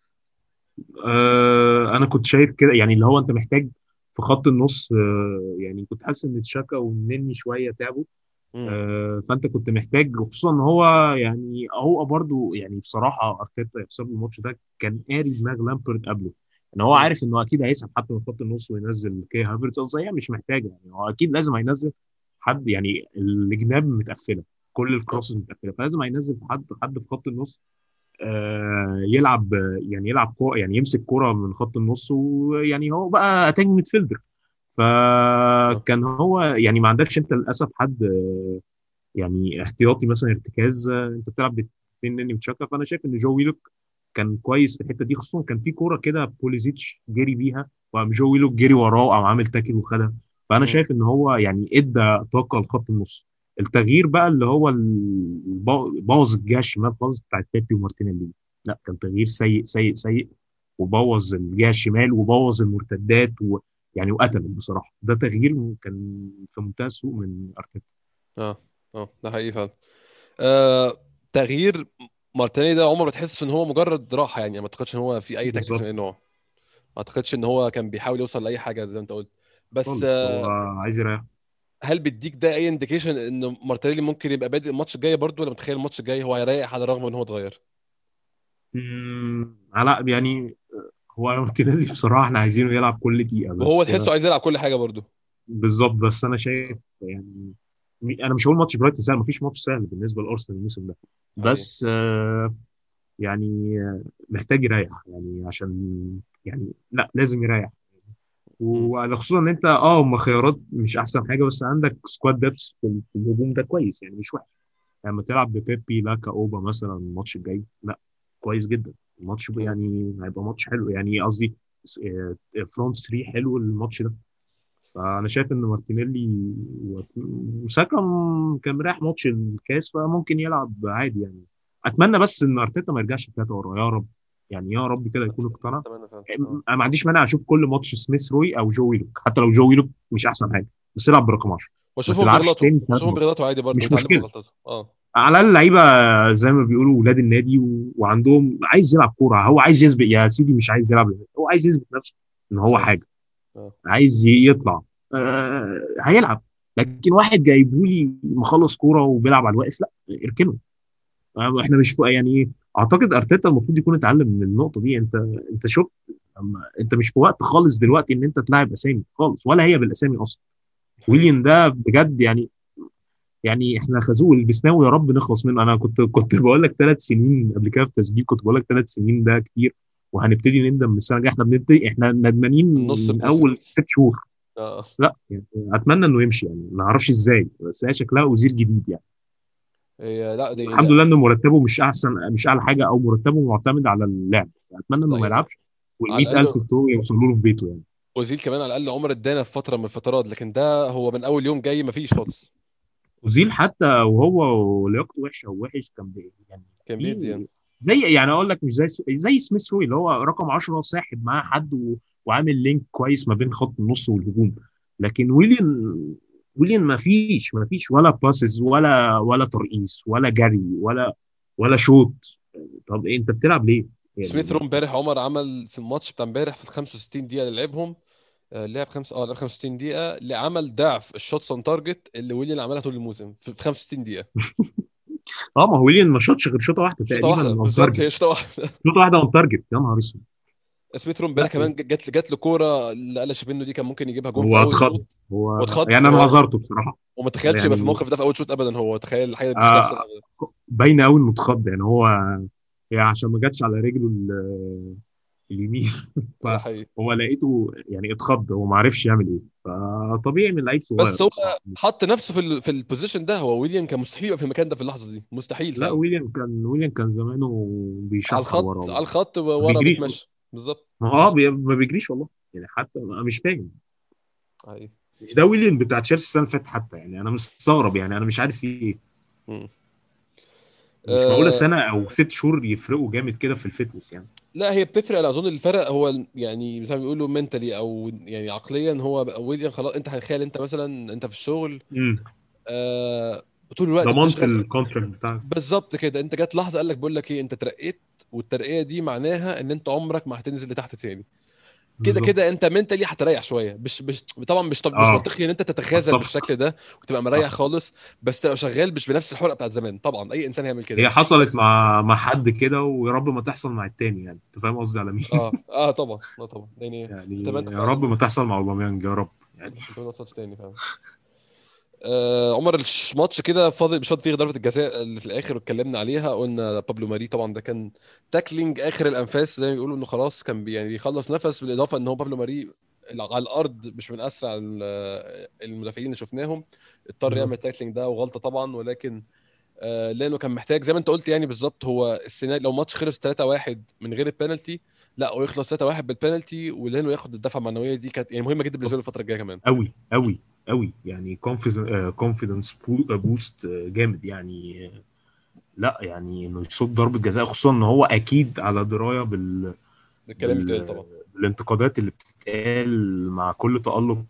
انا كنت شايف كده، يعني اللي هو انت محتاج في خط النص، يعني كنت حاسس ان تشاكا والنني شويه تعبوا. امم. فانت كنت محتاج، خصوصا ان هو يعني هو برضو يعني بصراحه ارتيتا يخسر الماتش ده كان قاري دماغ لامبرد قبله، ان هو امم. عارف انه اكيد هيسحب حتى من خط النص وينزل كي هافرتز، أصل هي مش محتاجه، يعني هو اكيد لازم هينزل حد، يعني الجناب متقفله، كل اه. الكروسز متقفله، فلازم هينزل حد في خط النص، يلعب، يعني يلعب كوره، يعني يمسك كوره من خط النص، ويعني هو بقى اتاك ميدفيلدر. اه. فكان هو يعني ما عندكش انت للاسف حد، يعني احتياطي مثلا ارتكاز، انت بتلعب باثنين نني وتشاكا. فانا شايف ان جو ويلوك كان كويس في الحته دي، خصوصا كان في كوره كده بوليزيتش جري بيها، وقام جو ويلوك جري وراه او عامل تاكل وخدها. فانا امم. شايف ان هو يعني ادى طاقه لخط النص. التغيير بقى اللي هو بوظ الجهه الشمال خالص بتاعت بيبي ومارتينيلي، لا كان تغيير سيء سيء سيء، وبوظ الجهه الشمال وبوظ المرتدات يعني وقتل بصراحه. ده تغيير كان في منتهى السوء من ارتيتا. اه. اه ده حقيقي فعلا. تغيير مارتيني ده عمر ما تحسش ان هو مجرد راحه، يعني ما اعتقدش ان هو في اي تكتيك من بالظبط. اي نوع. ما اعتقدش ان هو كان بيحاول يوصل لاي حاجه زي ما انت قلت. بس خالص هو عايز يريح. هل بيديك ده اي انديكيشن ان مارتينيلي ممكن يبقى بادئ الماتش الجاي برضو، ولا متخيل الماتش الجاي هو هيريح على الرغم ان هو اتغير؟ علاء يعني، هو مارتينيلي بصراحه احنا عايزينه يلعب كل دقيقه وهو بس. تحسه عايز يلعب كل حاجه برضو. بالظبط، بس انا شايف يعني انا مش هقول ماتش برايتون سهل، مفيش ماتش سهل بالنسبه لارسنال الموسم ده، حقيقي. بس يعني محتاج يريح، يعني عشان يعني لا لازم يريح. مم. وخصوصا ان انت هم خيارات مش احسن حاجه، بس عندك سكواد ديبس في الهجوم ده كويس، يعني مش وحش. لما تلعب ببيبي لاكا اوبا مثلا الماتش الجاي، لا كويس جدا الماتش، مم. يعني هيبقى ماتش حلو، يعني قصدي فرونت 3 حلو الماتش ده. فانا شايف ان مارتينيلي وساكا كان مريح ماتش الكاس، فممكن يلعب عادي يعني. اتمنى بس ان ارتيتا ما يرجعش 3 ورا، يا رب، يعني يا رب كده يكون اقتنع. اتمنى فعلا اه. انا ما عنديش مانع اشوف كل ماتش سميث روي او جو ويلوك، حتى لو جو ويلوك مش احسن حاجه، بس يلعب برقم 10، ما واشوفهم تلعبش بيغلطوا، تاني ثلاث واشوفهم مرات بيغلطوا عادي برضو مش ويتعلموا من مشكله. غلطاتهم اه. على الاقل لعيبه زي ما بيقولوا ولاد النادي وعندهم عايز يلعب كوره، هو عايز يسبق يا سيدي، مش عايز يلعب، هو عايز يثبت نفسه ان هو اه. حاجه، اه. عايز يطلع، هيلعب. لكن واحد جايبولي مخلص كوره وبيلعب على الواقف، لا اركنه. احنا مش يعني ايه، اعتقد ارتيتا المفروض يكون اتعلم من النقطه دي. انت شفت لما انت مش في وقت خالص دلوقتي ان انت تلعب اسامي خالص، ولا هي بالاسامي اصلا. حقيقي. ويليان ده بجد يعني احنا خازوق البسناوي، يا رب نخلص منه. انا كنت بقول لك 3 سنين قبل كده في تسجيل، كنت بقول لك 3 سنين ده كتير، وهنبتدي نندم من السنه الجايه. احنا بنبتدي، احنا ندمانين النص من الموسم. اول 6 شهور. اه. لا يعني اتمنى انه يمشي، يعني ما اعرفش ازاي، بس هي شكلها وزير جديد يعني. هي لا دي الحمد لله ان مرتبه مش احسن، مش اعلى حاجه، او مرتبه معتمد على اللعب. اتمنى انه لا ما يعني يلعبش، وال على 100,000 الاقل بتوعه يوصلوا له في بيته يعني. اوزيل كمان على الاقل عمر ادانا في فتره من الفترات، لكن ده هو من اول يوم جاي مفيش خالص. اوزيل حتى وهو لياقته وحشه ووحش كان يعني كان بيدي يعني. في، زي يعني اقول لك مش زي سميث روي اللي هو رقم 10 ساحب معاه حد وعامل لينك كويس ما بين خط النص والهجوم. لكن ويليان ما فيش ولا باسز ولا ترقيص ولا جري ولا شوت. طب إيه انت بتلعب ليه سميث رو يعني؟ امبارح عمر عمل في الماتش بتاع امبارح في ال 65 دقيقه اللي لعبهم، لعب 65 دقيقه اللي عمل ضعف الشوتس اون تارجت اللي ويليان عملها طول الموسم في 65 دقيقه. اه، ما هو ويليان ما شاطش غير شوطه واحده شوطه تقريبا واحده اون بالظبط، تارجت. هي شوطه واحده. شوطه واحده اون تارجت، يا نهار اسود. سميث رو لا امبارح كمان جات له كوره اللي قلش منه دي، كان ممكن يجيبها جون في هو اول اتخض، شوط. هو واتخض يعني انا عذرته بصراحه وما تخيلش يبقى في يعني. الموقف ده في اول شوط ابدا، هو تخيل الحاجه دي مش هتحصل آه ابدا. باينه قوي انه اتخض يعني. هو يعني عشان ما جاتش على رجله اليمين ده حقيقي. فهو لقيته يعني اتخض، هو ما عرفش يعمل ايه، فطبيعي من لعيب صغير بس هو بصراحه. حط نفسه في البوزيشن ده، هو ويليام كان مستحيل يبقى في المكان ده في اللحظه دي، مستحيل لا فعلا. ويليام كان زمانه على بيشخر ورا الخط على الخط ما ورا بيجريش اصلا. بيتمشى بالظبط. ما بيجريش والله يعني. حتى انا مش فاهم، حقيقي. مش ده ويليام بتاع تشيلسي السنه اللي فاتت حتى يعني. انا مستغرب يعني، انا مش عارف في ايه. مم. مش معقوله أه. سنه او 6 شهور يفرقوا جامد كده في الفتنس يعني. لا هي بتفرق، انا اظن الفرق هو يعني زي ما بيقولوا منتلي او يعني عقليا. هو ويليام خلاص، انت هتخيل انت مثلا انت في الشغل امم أه طول الوقت ضمنت بتشتغل. الكونتراكت بتاعك. بالظبط كده، انت جات لحظه قال لك بقول لك ايه، انت ترقيت، والترقيه دي معناها ان انت عمرك ما هتنزل لتحت تاني. كده بالظبط. كده انت منتلي هتريح شويه، مش طبعا مش اه، منطقي ان انت تتخاذل اتفق. بالشكل ده وتبقى مريح صح. خالص. بس تبقى شغال مش بنفس الحرقه بتاعت زمان، طبعا اي انسان هيعمل كده. هي حصلت بس مع حد كده، ويا رب ما تحصل مع التاني يعني. انت فاهم قصدي على مين؟ اه طبعا، اه طبعا يعني. يعني اتمنى يا رب فعلا. ما تحصل مع اوباميانج يا رب يعني. اتمنى ما تحصلش تاني فعلا. عمر الماتش كده فاضل مش فاضل فيه غير ضربه الجزاء اللي في الاخر واتكلمنا عليها، قلنا بابلو ماري طبعا ده كان تاكلينج اخر الانفاس زي ما بيقولوا، انه خلاص كان يعني بيخلص نفس، بالاضافه ان هو بابلو ماري على الارض مش من اسرع المدافعين اللي شفناهم. اضطر بالظبط. يعمل التاكلينج ده وغلطه طبعا، ولكن لانه كان محتاج زي ما انت قلت يعني بالظبط. هو السيناريو لو ماتش خلص 3-1 من غير البينالتي، لا ويخلص 3-1 بالبينالتي، ولانه ياخد الدفعه المعنويه دي كانت يعني مهمه جدا بالنسبه له الفتره الجايه كمان. قوي قوي قوي يعني. كونفيدنس بوست جامد يعني. لا يعني انه يصد ضربه جزاء، خصوصا ان هو اكيد على درايه الكلام بيتقال بال... طبعا. بالانتقادات اللي بتتقال مع كل تألق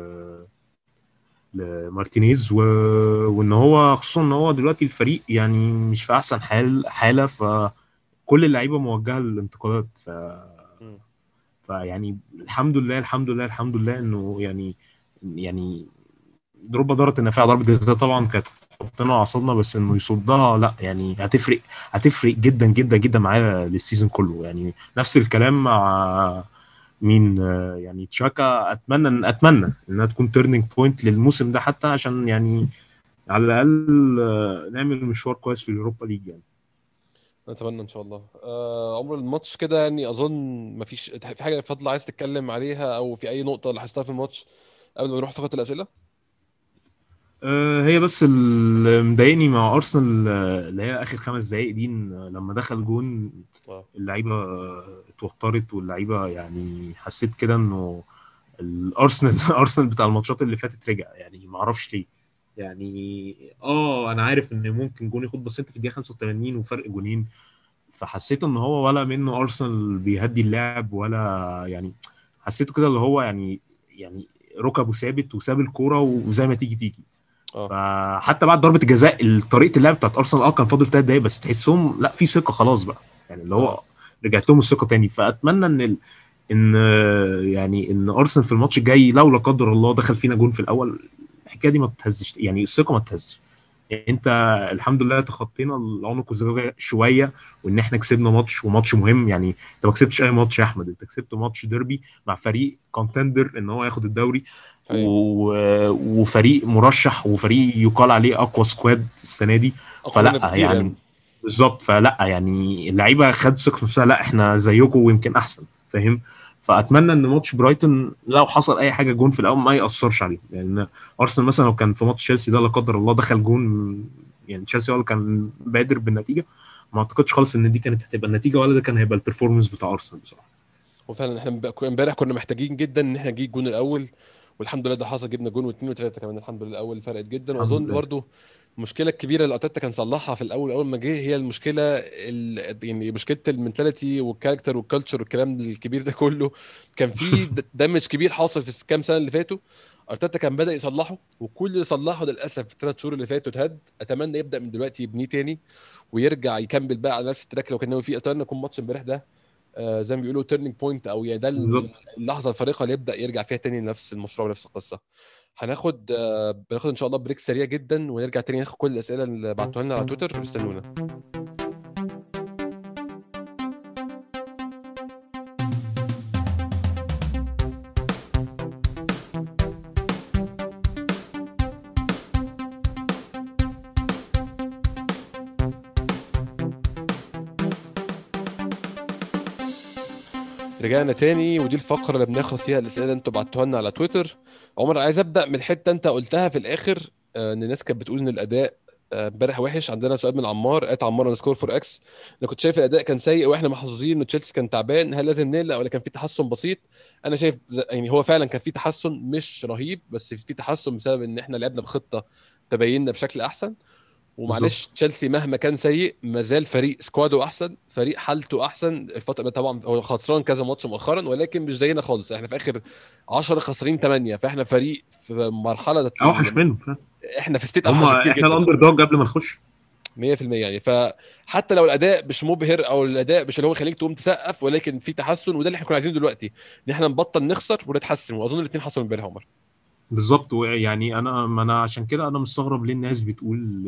لمارتينيز وان هو خصوصا ان هو دلوقتي الفريق يعني مش في احسن حاله، فكل اللعيبه موجهه للانتقادات مم. فيعني الحمد لله الحمد لله الحمد لله انه يعني رب ضاره النافعه. ضربه جزاء طبعا كانت حطينا اعصابنا، بس انه يصدها لا يعني هتفرق جدا جدا جدا معايا للسيزون كله يعني. نفس الكلام مع مين يعني تشاكا. اتمنى انها تكون تيرنينج بوينت للموسم ده، حتى عشان يعني على الاقل نعمل مشوار كويس في اليوروبا ليج يعني. اتمنى ان شاء الله. عمر الماتش كده يعني اظن مفيش في حاجه فاضله عايز تتكلم عليها، او في اي نقطه لاحظتها في الماتش قبل ما نروح فقره الاسئله. هي بس اللي مضايقني مع ارسنال اللي هي اخر 5 دقائق دي، لما دخل جون اه. اللعيبه اتوترت، واللعيبه يعني حسيت كده انه الارسنال ارسنال بتاع الماتشات اللي فاتت رجع يعني. ما اعرفش ليه يعني. انا عارف ان ممكن جون يخد، بس انت في الدقيقه 85 وفرق جونين، فحسيت ان هو ولا منه ارسنال بيهدي اللعب ولا يعني. حسيته كده اللي هو يعني ركبه ثابت وساب الكوره وزي ما تيجي تيجي. اه فحتى بعد ضربه الجزاء طريقه اللعب بتاعت ارسنال كان فاضل 3 دقايق بس، تحسهم لا في ثقه خلاص بقى، يعني اللي اه هو رجعت لهم الثقه تاني. فاتمنى ان يعني ان ارسنال في الماتش الجاي لو لا قدر الله دخل فينا جون في الاول، الحكايه دي ما تتهزش، يعني الثقه ما تتهزش. يعني انت الحمد لله تخطينا العنق الزجاجي شويه، وان احنا كسبنا ماتش وماتش مهم. يعني انت ما كسبتش اي ماتش يا احمد، انت كسبت ماتش ديربي مع فريق كونتندر ان هو ياخد الدوري، حقيقي. وفريق مرشح، وفريق يقال عليه اقوى سكواد السنه دي. اقوى منا فلا بكتير يعني يعني. بالظبط، فلا يعني اللعيبه خد ثقه في نفسها، لا احنا زيكم ويمكن احسن، فاهم؟ فاتمنى ان ماتش برايتون لو حصل اي حاجه جون في الاول ما ياثرش عليه، لان يعني ارسنال مثلا لو كان في ماتش تشيلسي ده لا قدر الله دخل جون، يعني تشيلسي هو اللي كان بادر بالنتيجه، ما اعتقدش خالص ان دي كانت هتبقى النتيجه، ولا ده كان هيبقى البرفورمانس بتاع ارسنال بصراحه. وفعلا احنا امبارح كنا محتاجين جدا ان احنا نجيب الجون الاول، والحمد لله ده حصل، جبنا جون واثنين وثلاثه كمان الحمد لله. الاول فرقت جدا، الحمد واظن لله. برضو المشكله الكبيره اللي ارتيتا كان صلحها في الاول اول ما جه هي المشكله يعني مشكله المنتاليتي والكاركتر والكالتشر والكلام الكبير ده كله. كان في دمج كبير حاصل في الكام سنه اللي فاتوا. ارتيتا كان بدا يصلحه، وكل اللي صلحه للاسف في الثلاث شهور اللي فاتوا اتهد. اتمنى يبدا من دلوقتي يبنيه تاني ويرجع يكمل بقى على نفس التراك لو كان ناوي فيه. اتمنى يكون ماتش امبارح ده زي ما بيقولوا تيرنينج بوينت، او يعني ده بالظبط. اللحظه الفارقه اللي يبدا يرجع فيها تاني لنفس المشروع ونفس القصه. بناخد ان شاء الله بريك سريع جدا، ونرجع تاني ناخد كل الاسئله اللي بعتوها لنا على تويتر. استنونا. رجعنا تاني، ودي الفقره اللي بناخد فيها الاسئله اللي انتوا بعتوها لنا على تويتر. عمر، عايز ابدا من الحته انت قلتها في الاخر، ان الناس كانت بتقول ان الاداء امبارح وحش. عندنا سؤال من عمار عمار سكور فور اكس: انا كنت شايف الاداء كان سيء واحنا محظوظين ان تشيلسي كان تعبان، هل لازم نقلق ولا كان في تحسن بسيط؟ انا شايف يعني هو فعلا كان في تحسن مش رهيب، بس في تحسن بسبب ان احنا لعبنا بخطه تبيننا بشكل احسن. ومعلش بالظبط. تشيلسي مهما كان سيء ما زال فريق سكواده احسن، فريق حالته احسن الفتره. طبعا هو خسران كذا ماتش مؤخرا، ولكن مش زينا خالص. احنا في اخر 10 خسرين 8، فاحنا فريق في مرحله اوحش منه فعلا. احنا في ستيت هم اوحش بكتير احنا جدا. الاندر دوج قبل ما نخش. 100% يعني. فحتى لو الاداء مش مبهر او الاداء مش اللي هو يخليك تقوم تسقف، ولكن في تحسن، وده اللي احنا كنا عايزينه دلوقتي، ان احنا نبطل نخسر ونتحسن. واظن الاثنين حصلوا امبارح يا عمر. بالظبط. ويعني انا ما انا عشان كده انا مستغرب ليه الناس بتقول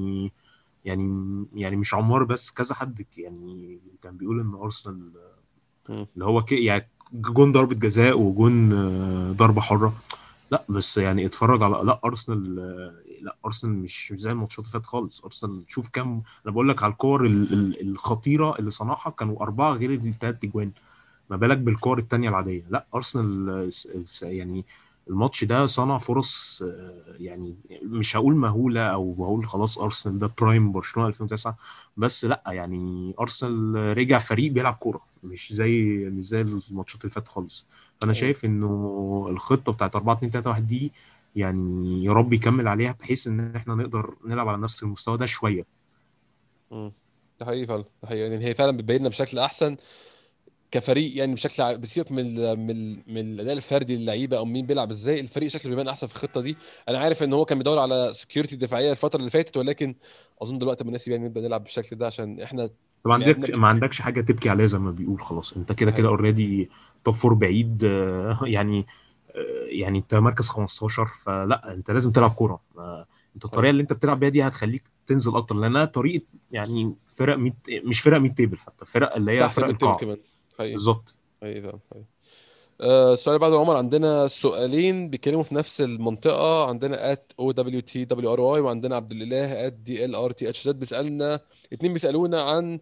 يعني مش عمار بس، كذا حد يعني كان بيقول ان ارسنال مم. اللي هو يعني جون ضربة جزاء وجون ضربة حرة. لا بس يعني اتفرج على لا ارسنال، لا ارسنال مش زي الماتشات اللي فاتت خالص. ارسنال شوف كام، انا بقول لك على الكور الخطيرة اللي صنعها كانوا 4 غير الثلاث اجوان، ما بالك بالكور التانية العادية. لا أرسنال يعني الماتش ده صنع فرص، يعني مش هقول مهولة أو بقول خلاص أرسنال ده برايم برشلونة 2009، بس لا يعني أرسنال رجع فريق بيلعب كورة، مش زي الماتشات اللي فاتت خالص. فأنا ايوه. شايف إنه الخطة بتاعت 4 2 3 1 دي يعني يا رب يكمل عليها، بحيث إن إحنا نقدر نلعب على نفس المستوى ده شوية. مم. ده حقيقي فعلا، ده حقيقي يعني. هي فعلا بتبين لنا بشكل احسن كفريق يعني، بشكل بسيبك من الاداء الفردي للعيبه او مين بيلعب ازاي، الفريق شكله بيبان احسن في الخطه دي. انا عارف ان هو كان بيدور على سكيورتي دفاعيه الفتره اللي فاتت، ولكن اظن دلوقتي مناسب يعني نبدا نلعب بالشكل ده، عشان احنا طب لعبنا ما عندكش حاجه تبكي عليها زي ما بيقول، خلاص انت ده كده كده حقيقي. اوريدي توب فور بعيد، يعني يعني انت مركز 15، فلا انت لازم تلعب كوره. انت الطريقه حقيقي. اللي انت بتلعب بيها دي هتخليك تنزل اكتر، لانها طريقه يعني فرق ميد، مش فرق ميد تيبل، حتى فرق اللي هي تحت فرق الميد تيبل القاع. كمان. حقيقي. بالظبط. حقيقي فعلا حقيقي. السؤال اللي بعده يا عمر، عندنا سؤالين بيتكلموا في نفس المنطقة. عندنا @OWTWRY، وعندنا عبد الإله @DLRTHZ بيسألنا. اتنين بيسألونا عن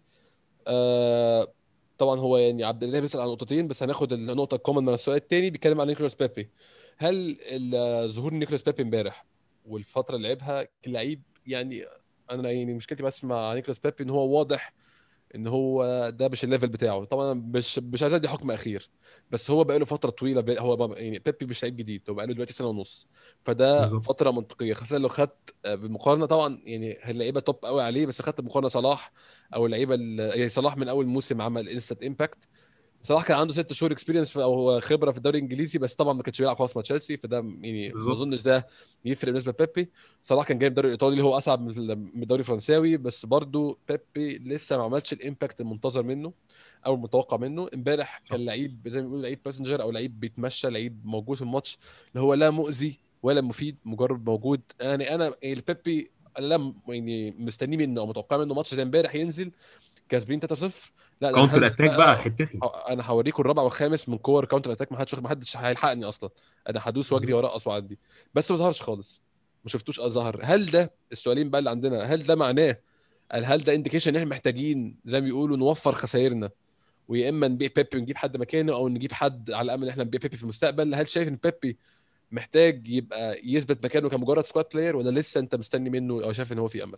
طبعا هو يعني عبد الله بيسأل عن نقطتين، بس هناخد النقطة الكومن من السؤال التاني. بيتكلم عن نيكولاس بيبي. هل ظهور نيكولاس بيبي امبارح والفترة اللي لعبها كلاعب يعني، انا يعني مشكلتي بس مع نيكولاس بيبي ان هو واضح ان هو ده مش الليفل بتاعه. طبعا مش عايز ادي حكم اخير، بس هو بقاله فتره طويله هو يعني بيبي مش لعيب جديد، هو بقاله دلوقتي سنه ونص. فده بالظبط. فتره منطقيه، خاصه لو خدت بالمقارنه. طبعا يعني اللعيبه توب قوي عليه، بس لو خدت بالمقارنه صلاح او اللعيبه يعني صلاح من اول موسم عمل انستنت امباكت. صلاح كان عنده 6 شهور اكسبيرينس او خبره في الدوري الانجليزي، بس طبعا ما كانش بيلعب خالص مع تشيلسي، فده يعني ما بالظبط. اظنش ده يفرق بالنسبه لبيبي. صلاح كان جاي من الدوري الايطالي اللي هو اصعب من الدوري الفرنساوي، بس برضه بيبي لسه ما عملش الامباكت المنتظر منه او المتوقع منه. امبارح صح. كان لعيب زي ما بيقولوا لعيب باسنجر، او لعيب بيتمشى، لعيب موجود في الماتش، اللي هو لا مؤذي ولا مفيد، مجرد موجود. يعني انا البيبي لا يعني مستني منه او متوقع منه ماتش زي امبارح ينزل كاسبين 3-0. لا ده انا كاونتر هنزل اتاك بقى بقى، حتته. انا هوريكم الرابع والخامس من كور كاونتر اتاك، ما حدش هيلحقني اصلا. انا هدوس واجري بالظبط. وارقص واعدي. بس ما ظهرش خالص، ما شفتوش ظهر. هل ده السؤالين بقى اللي عندنا؟ هل ده معناه، هل ده انديكيشن ان احنا محتاجين زي ما بيقولوا نوفر خسائرنا، ويا اما نبيع بيبي ونجيب حد مكانه، او نجيب حد على امل ان احنا نبيع بيبي في المستقبل؟ هل شايف ان بيبي محتاج يبقى يثبت مكانه كمجرد سكواد بلاير، ولا لسه انت مستني منه او شايف ان هو في امل؟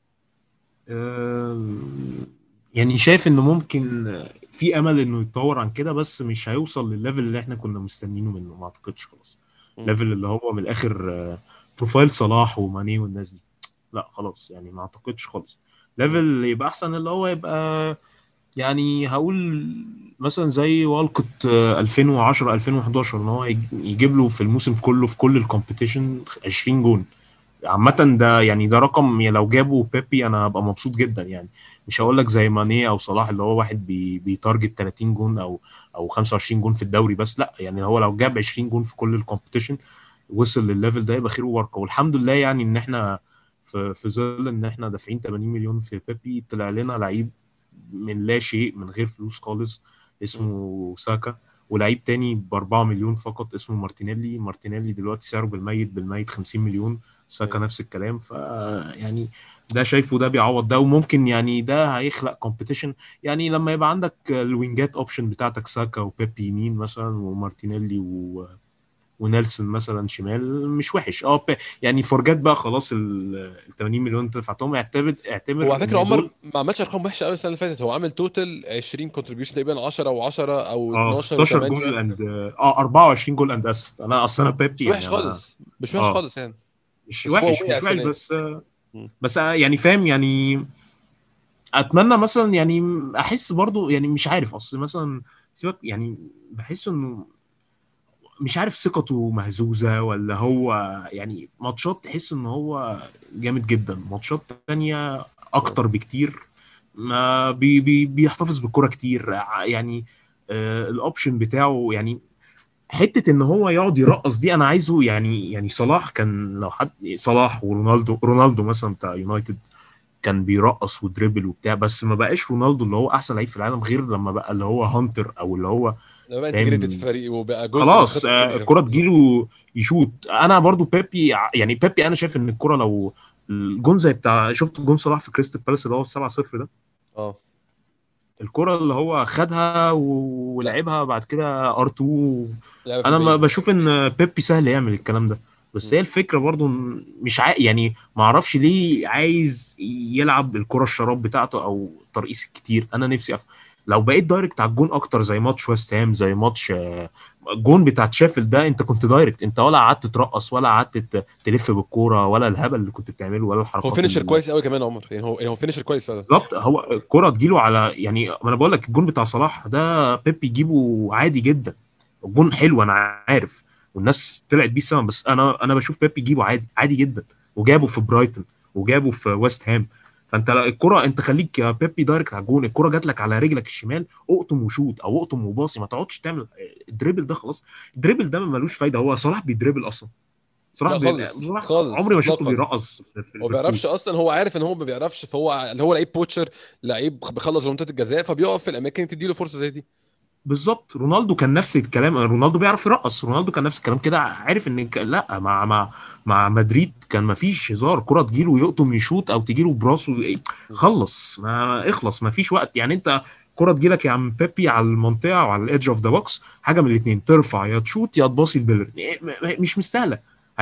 يعني شايف انه ممكن في امل انه يتطور عن كده، بس مش هيوصل للليفل اللي احنا كنا مستنينه منه، ما اعتقدش خلاص. مم. ليفل اللي هو من الاخر بروفايل صلاح وماني والناس دي، لا خلاص يعني ما اعتقدش خالص. ليفل مم. اللي يبقى احسن اللي هو يبقى، يعني هقول مثلا زي والكوت 2010 2011، ان هو يجيب له في الموسم كله في كل الكومبيتيشن 20 جون عامة. ده يعني ده رقم، يعني لو جابوا بيبي انا هبقى مبسوط جدا يعني. مش اه. هقول لك زي ماني او صلاح اللي هو واحد بيتارجت 30 جون او 25 جون في الدوري بس، لا يعني هو لو جاب 20 جون في كل الكومبيتيشن وصل للليفل ده يبقى خير وبركه. والحمد لله يعني ان احنا في ظل ان احنا دافعين 80 مليون في بيبي، طلع لنا لعيب من لا شيء من غير فلوس خالص مم. اسمه ساكا، ولعيب تاني ب 4 مليون فقط اسمه مارتينيلي دلوقتي سعره بالميت 50 مليون. ساكا ايوه. نفس الكلام. ف يعني ده شايفه ده بيعوض ده، وممكن يعني ده هيخلق كومبيتيشن. يعني لما يبقى عندك الوينجات اوبشن بتاعتك ساكا وبيبي يمين مثلا ومارتينيلي ونيلسون مثلا شمال، مش وحش. يعني فورجات بقى خلاص ال 80 مليون انت دفعتهم، هو اعتبر على فكره ان عمر دول ما عملش ارقام وحشه قوي السنه اللي فاتت. هو عامل توتال 20 كونتريبيوشن تقريبا، 10 و10 او 12 16 و8. جول اند 24 جول اند اسيست. انا بيبي مش وحش يعني انا خالص، مش وحش اه خالص يعني. مش بس هو وحش وقع مش وحش السنه دي. بس مم. يعني فاهم يعني. اتمنى مثلا يعني احس برضو يعني مش عارف اصل مثلا سيبك يعني. بحس انه مش عارف ثقته مهزوزة ولا هو يعني ماتشات تحس ان هو جامد جدا، ماتشات تانية اه. اكتر بكتير ما بيحتفظ بالكرة كتير يعني. الاوبشن بتاعه يعني حتة ان هو يقعد يرقص دي انا عايزه يعني صلاح كان لو حد صلاح رونالدو مثلا بتاع يونايتد كان بيرقص ودريبل وبتاع، بس ما بقاش رونالدو اللي هو احسن لعيب في العالم غير لما بقى اللي هو هانتر او اللي هو لما بقى انتجريتد في فاهم. فريق وبقى جزء من خلاص خطه الفريق الكرة بالظبط. تجيله يشوط. انا برضو بيبي يعني بيبي انا شايف ان الكرة لو الجون زي بتاع شفت جون صلاح في كريستال بالاس اللي هو 7-0 ده، اه. الكرة اللي هو خدها لا، ولعبها بعد كده ار2. لعبه في انا ما البعيد. بشوف ان بيبي سهل يعمل الكلام ده، بس مم. هي الفكرة برضو مش يعني ما اعرفش ليه عايز يلعب الكرة الشراب بتاعته او الترقيص الكتير. انا نفسي لو بقيت دايركت على الجون اكتر زي ماتش ويست هام، زي ماتش جون بتاع تشافل ده، انت كنت دايركت، انت ولا قعدت ترقص ولا قعدت تلف بالكوره ولا الهبل اللي كنت بتعمله ولا هو الحركات فينيشر كويس قوي كمان عمر، يعني هو فينيشر كويس فعلا. بالظبط. هو الكرة تجيله على يعني ما انا بقول لك الجون بتاع صلاح ده بيبي يجيبه عادي جدا. الجون حلو انا عارف والناس طلعت بيه السما، بس انا بشوف بيبي يجيبه عادي عادي جدا. وجابه في برايتون وجابه في ويست هام. فانت الكرة انت خليك يا بيبي دايركت على الجون، الكرة جات لك على رجلك الشمال اقطم وشوت او اقطم وباصي، ما تقعدش تعمل الدريبل ده خلاص. الدريبل ده ملوش فايده. هو صلاح بيدريبل اصلا؟ لا خالص صلاح خالص عمري ما شفته اطلاقا. بيرقص هو ما في بيعرفش الخطوط. اصلا، هو عارف ان هو ما بيعرفش، فهو اللي هو لعيب بوتشر، لعيب بيخلص منطقه الجزاء، فبيقف في الاماكن تدي له فرصه زي دي. بالظبط. رونالدو كان نفس الكلام، رونالدو بيعرف يرقص، رونالدو كان نفس الكلام كده، عارف ان لا مع مدريد كان ما فيش هزار، كرة تجيله يقطم يشوط او تجيله براسه بالظبط. خلص ما اخلص ما فيش وقت يعني. انت كرة تجيلك يا عم بيبي على المنطقة او على الايدج اوف ذا بوكس، حاجة من الاثنين، ترفع يا تشوط يا تباصي البيلر، مش مستاهلة.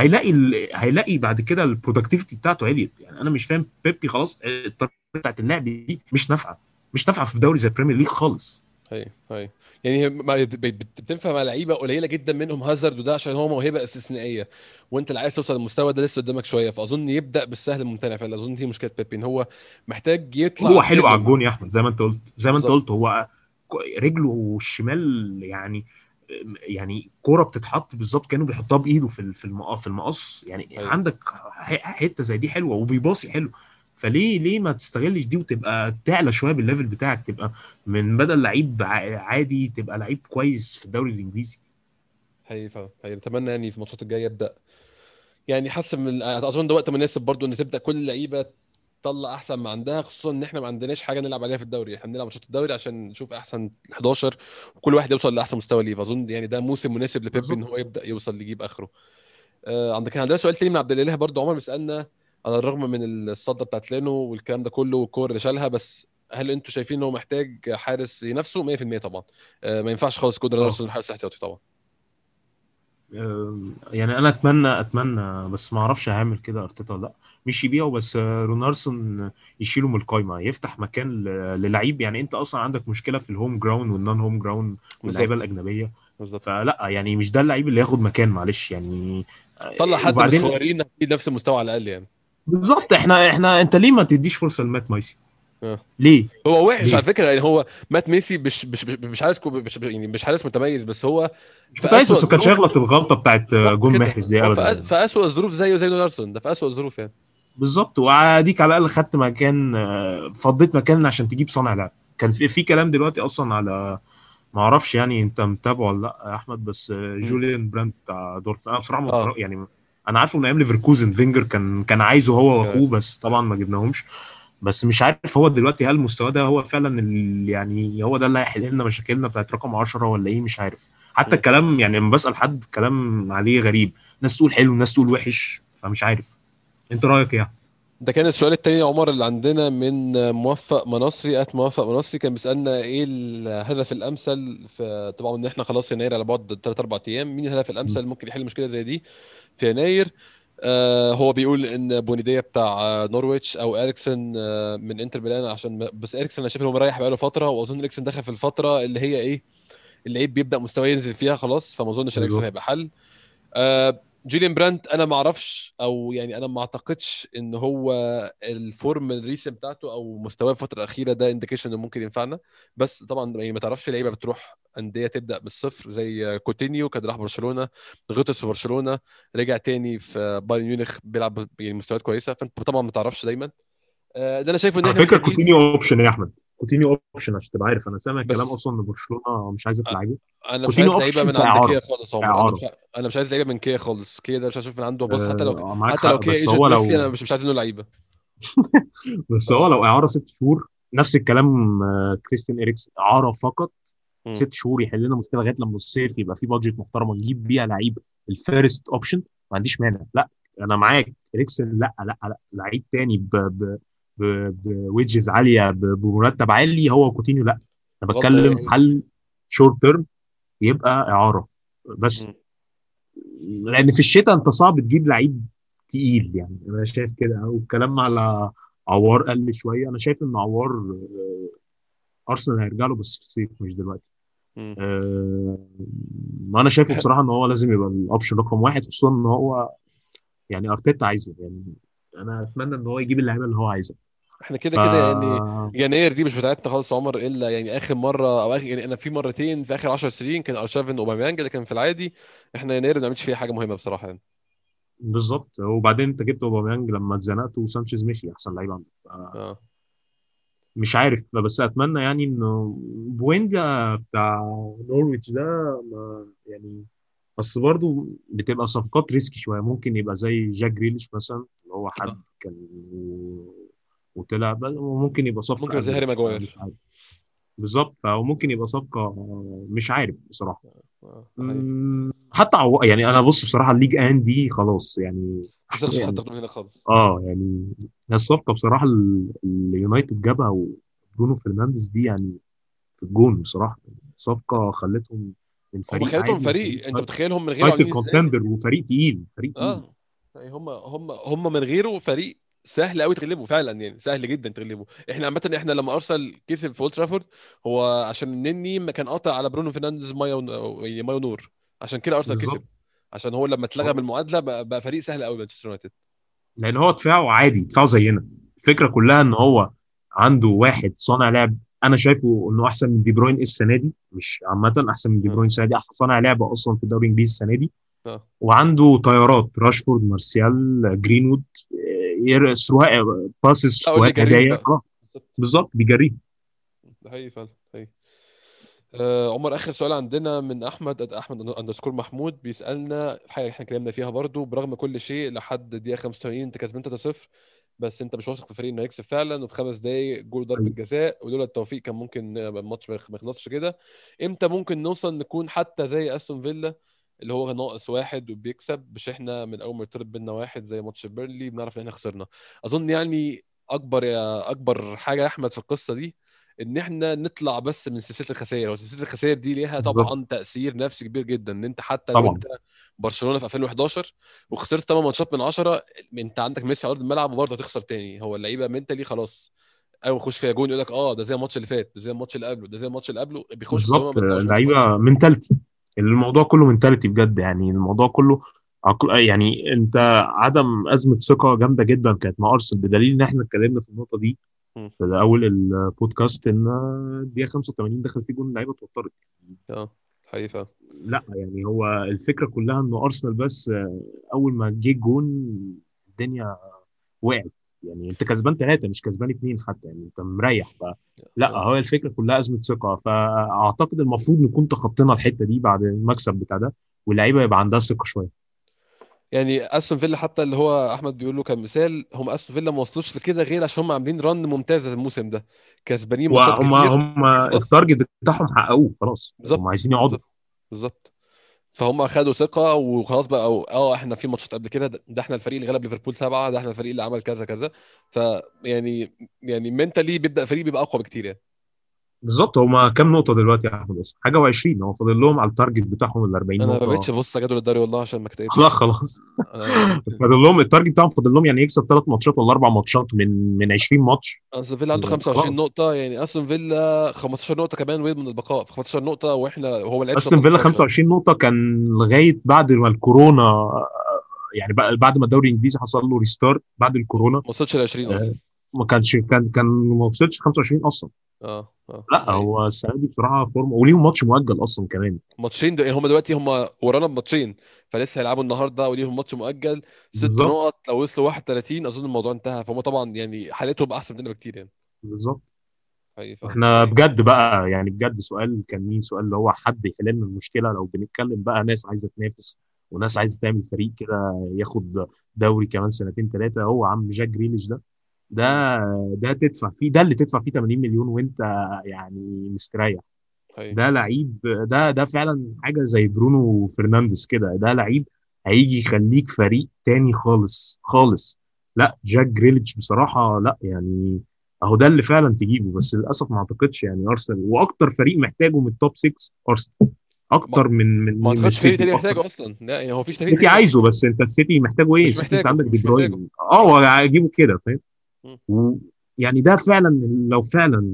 هيلاقي بعد كده البرودكتيفيتي بتاعته عليت. يعني انا مش فاهم بيبي خلاص الطريقة بتاعت اللعب دي مش نافعة، مش نافعة في دوري زي البريمير ليج خالص. هي يعني هي بتنفع مع لعيبه قليله جدا منهم هازارد، وده عشان هو موهبه استثنائيه، وانت اللي عايز توصل للمستوى ده لسه قدامك شويه. فاظن يبدا بالسهل الممتنع فعلا. اظن دي مشكله بيبي، ان هو محتاج يطلع هو حلو على السلم. الجون يا احمد، زي ما انت قلت بالظبط. هو رجله الشمال يعني كرة بتتحط بالظبط كانه بيحطها بايده في المقص، يعني ايوه عندك حته زي دي حلوه وبيباصي حلو. فليه ما تستغلش دي وتبقى تعلى شويه بالليفل بتاعك، تبقى من بدل لعيب عادي تبقى لعيب كويس في الدوري الانجليزي. حقيقي فعلا حقيقي. اتمنى يعني في الماتشات الجايه يبدا، يعني حاسس من اظن ده وقت مناسب برضو ان تبدا كل اللعيبه تطلع احسن ما عندها، خصوصا ان احنا ما عندناش حاجه نلعب عليها في الدوري، احنا بنلعب ماتشات الدوري عشان نشوف احسن 11 وكل واحد يوصل لاحسن مستوى ليه. فاظن يعني ده موسم مناسب لبيب ان بالظبط. هو يبدا يوصل يجيب اخره. عندنا سؤال تاني من عبد الاله برضو، عمر بيسالنا على الرغم من الصدى بتاعت لينو والكلام ده كله والكور اللي شالها، بس هل انتوا شايفين انه محتاج حارس ينافسه؟ 100% طبعا. ما ينفعش خالص كودر اه نيلسون حارس احتياطي طبعا. يعني انا اتمنى بس ما اعرفش هيعمل كده ارتيتا ولا لا، مش يبيعه بس رونالسون يشيله من القايمه، يفتح مكان للعيب. يعني انت اصلا عندك مشكله في الهوم جراوند والنون هوم جراوند واللعيبه بالظبط الاجنبيه. بالظبط. فلا يعني مش ده اللعيب اللي ياخد مكان، معلش يعني. طلع حد من وبعدين الصغيرين اكيد نفس المستوى على الاقل يعني. بالظبط، احنا انت ليه ما تديش فرصه لمات مايسي؟ آه. ليه؟ هو وحش على ليه؟ فكره، يعني هو مات ميسي مش حارس يعني مش حارس متميز، بس هو مش في متعيس، اسوأ بس ما كانش الظروف. هيغلط الغلطه بتاعت بالظبط جون كده، محرز دي هو ابدا يعني. في اسوأ الظروف زيه زي نيلسون ده في اسوأ الظروف يعني. بالظبط، واديك على الاقل خدت مكان، فضيت مكان عشان تجيب صانع لعب. كان في كلام دلوقتي اصلا على، ما اعرفش يعني انت متابعه ولا لا يا احمد، بس مم. جوليان براند بتاع دورتموند انا بصراحه ما اه اتفرج يعني. انا عارفه من ايام ليفركوزن، فينجر كان عايزه هو كمان. واخوه، بس طبعا ما جبناهمش. بس مش عارف هو دلوقتي هل المستوى ده هو فعلا يعني هو ده اللي هيحل لنا مشاكلنا بتاعت رقم 10 ولا ايه، مش عارف. حتى مم. الكلام يعني لما بسأل حد كلام عليه غريب، ناس تقول حلو ناس تقول وحش، فمش عارف. انت رايك ايه؟ ده كان السؤال التاني يا عمر اللي عندنا من موفق منصري موفق منصري، كان بيسألنا ايه الهدف الامثل في، طبعا ان احنا خلاص يناير على بعد 3 4 ايام، مين الهدف الامثل ممكن يحل مشكله زي دي في يناير؟ هو بيقول ان بونيديا بتاع نورويتش او اريكسن من انتر ميلان، عشان بس اريكسن انا شايف انه مريح بقاله فتره، واظن اريكسن دخل في الفتره اللي هي ايه، اللعيب بيبدا مستواه ينزل فيها خلاص، فما اظنش اريكسن بالظبط. هيبقى حل. جيليان براند انا ما اعرفش، او يعني انا ما اعتقدش ان هو الفورم الريسنت بتاعته او مستواه الفتره الاخيره ده انديكيشن انه ممكن ينفعنا. بس طبعا يعني ما تعرفش لعيبه بتروح انديه تبدا بالصفر زي كوتينيو كان راح برشلونه، غطس في برشلونه، رجع تاني في بايرن ميونخ بيلعب يعني مستويات كويسه، فانت طبعا ما تعرفش دايما. ده انا شايفه ان على احنا فكره محتاجين. كوتينيو اوبشن يا احمد، كوتينيو اوبشن عشان تبقى عارف. انا سامع كلام بس اصلا ان برشلونه مش عايزه تلعبه. انا مش كوتينيو عايز لعيبه اوبشن من عند كيا كاعاره. خالص يا عمر، كاعاره. انا مش عايز لعيبه من كيا خالص، كيا ده مش هشوف من عنده. بص حتى لو معاك حتى لو حق، كيا بس ايجنت هو ميسي انا لو مش عايز منه لعيبه. بس هو لو اعاره 6 شهور، نفس الكلام كريستيان اريكسن اعاره فقط. مم. 6 شهور يحل لنا مشكله لغايه لما الصيف يبقى في بادجت محترمه نجيب بيها لعيب الفيرست اوبشن. ما عنديش مانع، لا انا معاك اريكسن، لا لعيب تاني بويدجز عاليه، بمرتب عالي، هو كوتينيو لا. انا غلطه بتكلم يعني. حل شورت تيرم يبقى اعاره بس. مم. لان في الشتاء انت صعب تجيب لعيب تقيل، يعني انا شايف كده. والكلام على عوار قل شويه، انا شايف ان عوار ارسنال هيرجع له بس في الصيف مش دلوقتي. مم. أه ما انا شايفه بصراحه ان هو لازم يبقى الاوبشن رقم واحد، خصوصا ان هو يعني ارتيتا عايزه يعني. انا اتمنى ان هو يجيب اللعيبه اللي هو عايزها. احنا كده ف كده يعني يناير دي مش بتاعتنا خالص يا عمر، الا يعني اخر مره او اخر، يعني انا في مرتين في اخر 10 سنين كان ارشافين اوباميانج اللي كان في العادي. احنا يناير ما بنعملش فيها حاجه مهمه بصراحه يعني. بالظبط. وبعدين انت جبت اوباميانج لما اتزنقت وسانشيز مشي احسن لعيب عندك. اه مش عارف، بس اتمنى يعني انه بوينجا بتاع نورويتش ده يعني. بس برضو بتبقى صفقات ريسكي شويه، ممكن يبقى زي جاك جريليش مثلا اللي هو آه. حد كان وطلع وممكن يبقى ممكن صفقه زي هاري افريج، ماجواير. فمش عارف. بالظبط، فممكن يبقى صفقه، مش عارف بصراحه. ده حقيقي. حتى يعني انا بص بصراحه الليج ان دي خلاص يعني. مش هتاخدش حتى يعني من هنا خالص. يعني الصفقه بصراحه اللي يونايتد جابها وبرونو فرنانديز دي يعني في الجون بصراحه. صفقه خلتهم من هم فريق خليتهم عادي لفريق فريق انت متخيلهم من غيره تايتل عاملين ازاي؟ كونتندر، وفريق تقيل فريق تقيل. اه يعني هم من غيره فريق سهل قوي تغلبه فعلا، يعني سهل جدا تغلبه. احنا عامه احنا لما ارسنال كسب في اولد ترافورد، هو عشان النني ما كان قاطع على برونو فرنانديز يعني مايو نور، عشان كده ارسنال بالظبط. كسب. عشان هو لما اتلغى من المعادله بقى فريق سهل قوي مانشستر يونايتد. لان هو دفاعه عادي، دفاعه زينا. الفكره كلها ان هو عنده واحد صانع لعب انا شايفه انه احسن من دي بروين السنه دي، مش عامه، احسن من دي اه بروين السنه دي، احسن صانع لعبه اصلا في الدوري الانجليزي السنه دي. اه وعنده طيارات راشفورد، مارسيال، جرينوود، سواء باسز لا واللي سواء جاريهم هدايا، بقى. خلاص. بالظبط. بالظبط بيجريه. ده حقيقي فعلا حقيقي. عمر، اخر سؤال عندنا من احمد اندرسكور محمود بيسالنا في حاجه احنا اتكلمنا فيها برضو. برغم كل شيء لحد ديقه 85 انت كسبان 3-0، بس انت مش واثق في الفريق انه يكسب فعلا، وفي 5 دقايق جول ضربه جزاء، ولولا التوفيق كان ممكن الماتش ما يخلصش كده. امتى ممكن نوصل نكون حتى زي استون فيلا اللي هو ناقص واحد وبيكسب، مش احنا من اول ما يطرد بينا واحد زي ماتش بيرلي بنعرف ان احنا خسرنا؟ اظن يعني اكبر حاجه يا احمد في القصه دي ان احنا نطلع بس من سلسله الخسائر. وسلسله الخسائر دي ليها بالظبط. طبعا تاثير نفسي كبير جدا، ان انت حتى لو طبعا. انت برشلونه في 2011 وخسرت 8 ماتشات من 10، انت عندك ميسي على ارض الملعب وبرضه هتخسر تاني. هو اللعيبه منتلي خلاص اول ما يخش فيها جون يقول لك اه ده زي الماتش اللي فات، ده زي الماتش اللي قبله، ده زي الماتش اللي قبله، بيخش قدامه ما بالظبط بيطلعوش من الماتش. لعيبه منتاليتي. الموضوع كله منتاليتي بجد، يعني الموضوع كله يعني انت عدم ازمه ثقه جامده جدا كانت مع ارسنال، بدليل ان احنا اتكلمنا في النقطه دي مم. في اول البودكاست، ان الدقيقه 85 دخل في جون، اللعيبه اتوترت. اه حقيقة. لا يعني هو الفكره كلها انه ارسنال بس اول ما جه جون الدنيا وقعت. يعني انت كسبان ثلاثه مش كسبان اثنين حتى، يعني انت مريح بقى. لا اه هو الفكره كلها ازمه ثقه، فاعتقد المفروض نكون تخطينا الحته دي بعد المكسب بتاع ده، واللعيبه يبقى عندها ثقه شويه. يعني استون فيلا حتى اللي هو احمد بيقول له كمثال، هم استون فيلا ما وصلوش لكده غير عشان هم عاملين رن ممتازه الموسم ده، كسبانين ماتشات وهم كتير. هم خلاص. التارجت بتاعهم حققوه خلاص، هم بالظبط عايزين يقعدوا. بالظبط بالظبط. فهم اخدوا ثقه وخلاص بقى احنا في ماتشات قبل كده، ده احنا الفريق اللي غلب ليفربول 7، ده احنا الفريق اللي عمل كذا كذا. يعني منتالي بيبدا الفريق بيبقى اقوى بكتير يعني. بالظبط. هم كام نقطه دلوقتي يا احمد؟ اصلا حاجه و20، هو فاضل لهم على التارجت بتاعهم ال 40 انا ما نقطه. بقتش ابص على جدول الدوري والله عشان ما لا اكتئبش. خلاص. انا فاضل لهم التارجت بتاعهم، فاضل لهم يعني يكسب 3 ماتشات ولا 4 ماتشات من 20 ماتش. استون فيلا عنده 25 خلاص. نقطة، يعني استون فيلا 15 نقطة كمان ويضمن البقاء في 15 نقطة، واحنا هو ما لعبش غير استون فيلا 18. 25 نقطة كان لغاية بعد ما الكورونا، يعني بعد ما الدوري الانجليزي حصل له ريستارت بعد الكورونا. ما وصلش ل 20 اصلا. ما كانش كان ما وصلش 25 اصلا. اه لا ده حقيقي. هو السنة دي بصراحة فورمة، وليهم ماتش مؤجل اصلا كمان. ماتشين يعني هم دلوقتي هم ورانا بماتشين، فلسه هيلعبوا النهارده وليهم ماتش مؤجل. ست بالظبط. نقط لو وصلوا 31 اظن الموضوع انتهى، فهم طبعا يعني حالتهم احسن مننا بكتير يعني. بالظبط. حقيقي فعلا احنا حقيقي. بجد بقى، يعني بجد سؤال كان مين، سؤال اللي هو حد يحل لنا المشكلة. لو بنتكلم بقى ناس عايزة تنافس وناس مم. عايزة تعمل فريق كده ياخد دوري كمان سنتين ثلاثة، هو عم جاك جريليش ده. ده مم. ده تدفع فيه، ده اللي تدفع فيه 80 مليون وانت يعني مستريح. حقيقي. ده لعيب، ده فعلا حاجه زي برونو فرنانديز كده، ده لعيب هيجي يخليك فريق تاني خالص خالص. لا جاك جريليتش بصراحه لا يعني، اهو ده اللي فعلا تجيبه، بس للاسف ما اعتقدش يعني ارسنال، واكتر فريق محتاجه من التوب 6 ارسنال، ما, اكتر ما من اعتقدش فريق السيتي تاني اكتر. محتاجه اصلا، لا يعني هو فيش فريق السيتي تاني عايزه، بس انت السيتي محتاجه ايه؟ مش السيتي انت محتاجه عندك دي مش محتاجه. بروين، اه اه. هجيبه كده فاهم. مم. يعني ده فعلا، لو فعلا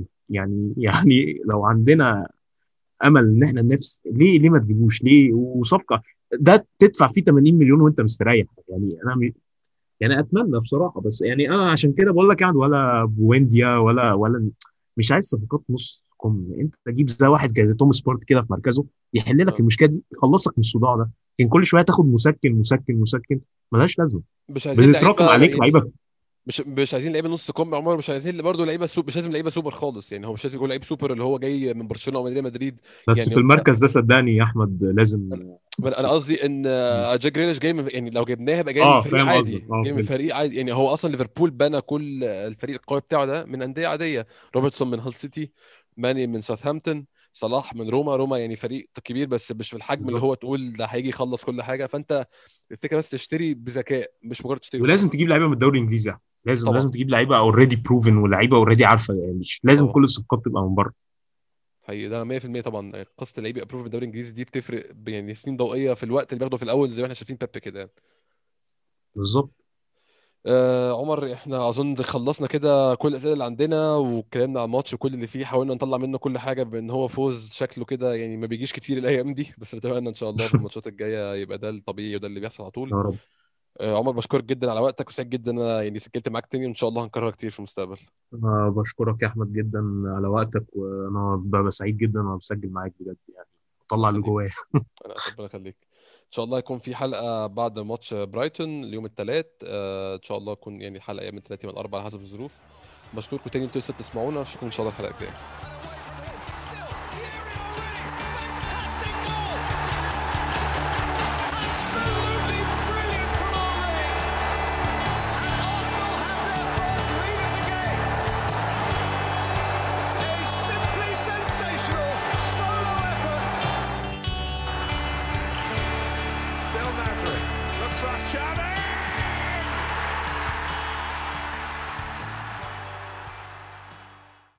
يعني لو عندنا امل ان احنا ننافس، ليه ما تجيبوش ليه؟ وصفقه ده تدفع فيه 80 مليون وانت مستريح. يعني انا يعني اتمنى بصراحه، بس يعني انا عشان كده بقول لك، يعني ولا بوينديا ولا مش عايز صفقات نص كم. انت تجيب زي واحد زي توم سبورت كده في مركزه، يحل لك اه المشكله دي، يخلصك من الصداع ده. لكن كل شويه تاخد مسكن مسكن مسكن، ملهاش لازمه. مش عايزين بتتراكم لعيبه عليك يعني، لعيبه. مش عايزين لعيبه نص كم يا عمر، مش عايزين برضه لعيبه مش لازم لعيبه سوبر خالص يعني. هو مش لازم يكون لعيب سوبر اللي هو جاي من برشلونه او من ريال مدريد. بس يعني في هم المركز ده صدقني يا احمد لازم. انا قصدي ان جاك جريليش جاي من، يعني لو جبناه هيبقى جاي من اه فريق فاهم قصدك، عادي، اه جاي من فهمت. فريق عادي يعني. هو اصلا ليفربول بنى كل الفريق القوي بتاعه ده من انديه عاديه. روبرتسون من هال سيتي، ماني من ساوثهامبتون، صلاح من روما يعني فريق كبير بس مش في الحجم اللي بالظبط. هو تقول ده هيجي يخلص كل حاجه. فانت الفكره بس تشتري بذكاء مش مجرد تشتري ولازم وخلاص. تجيب لعيبه من الدوري الانجليزي. طبعا لازم تجيب لعيبه اوريدي بروفن، ولعيبه اوريدي عارفه، يعني مش لازم طبعا كل الصفقات تبقى من بره. حقيقي ده 100% طبعا. قصه اللعيب ابروف الدوري الانجليزي دي بتفرق يعني سنين ضوئيه في الوقت اللي بياخده في الاول، زي ما احنا شايفين بيب كده يعني. بالظبط. عمر احنا اظن خلصنا كده كل الاسئله اللي عندنا، واتكلمنا عن الماتش وكل اللي فيه، حاولنا نطلع منه كل حاجه بان هو فوز شكله كده يعني ما بيجيش كتير الايام دي، بس نتمنى ان شاء الله في الماتشات الجايه يبقى ده الطبيعي وده اللي بيحصل على طول. يا رب. عمر بشكرك جدا على وقتك، وسعيد جدا ان انا يعني سجلت معاك تاني، وان شاء الله هنكررها كتير في المستقبل. أنا بشكرك يا أحمد جدا على وقتك، وأنا ببقى سعيد جدا وأنا بسجل معاك بجد يعني، ربنا بطلع اللي يخليك. جوايا. انا اسف، ربنا يخليك. ان شاء الله يكون في حلقه بعد ماتش برايتون اليوم الثلاث، ان شاء الله يكون يعني حلقه من الثلاث من الاربع على حسب الظروف. بشكركم تاني انتوا لسه بتسمعونا، اشوفكم ان شاء الله الحلقه الجايه.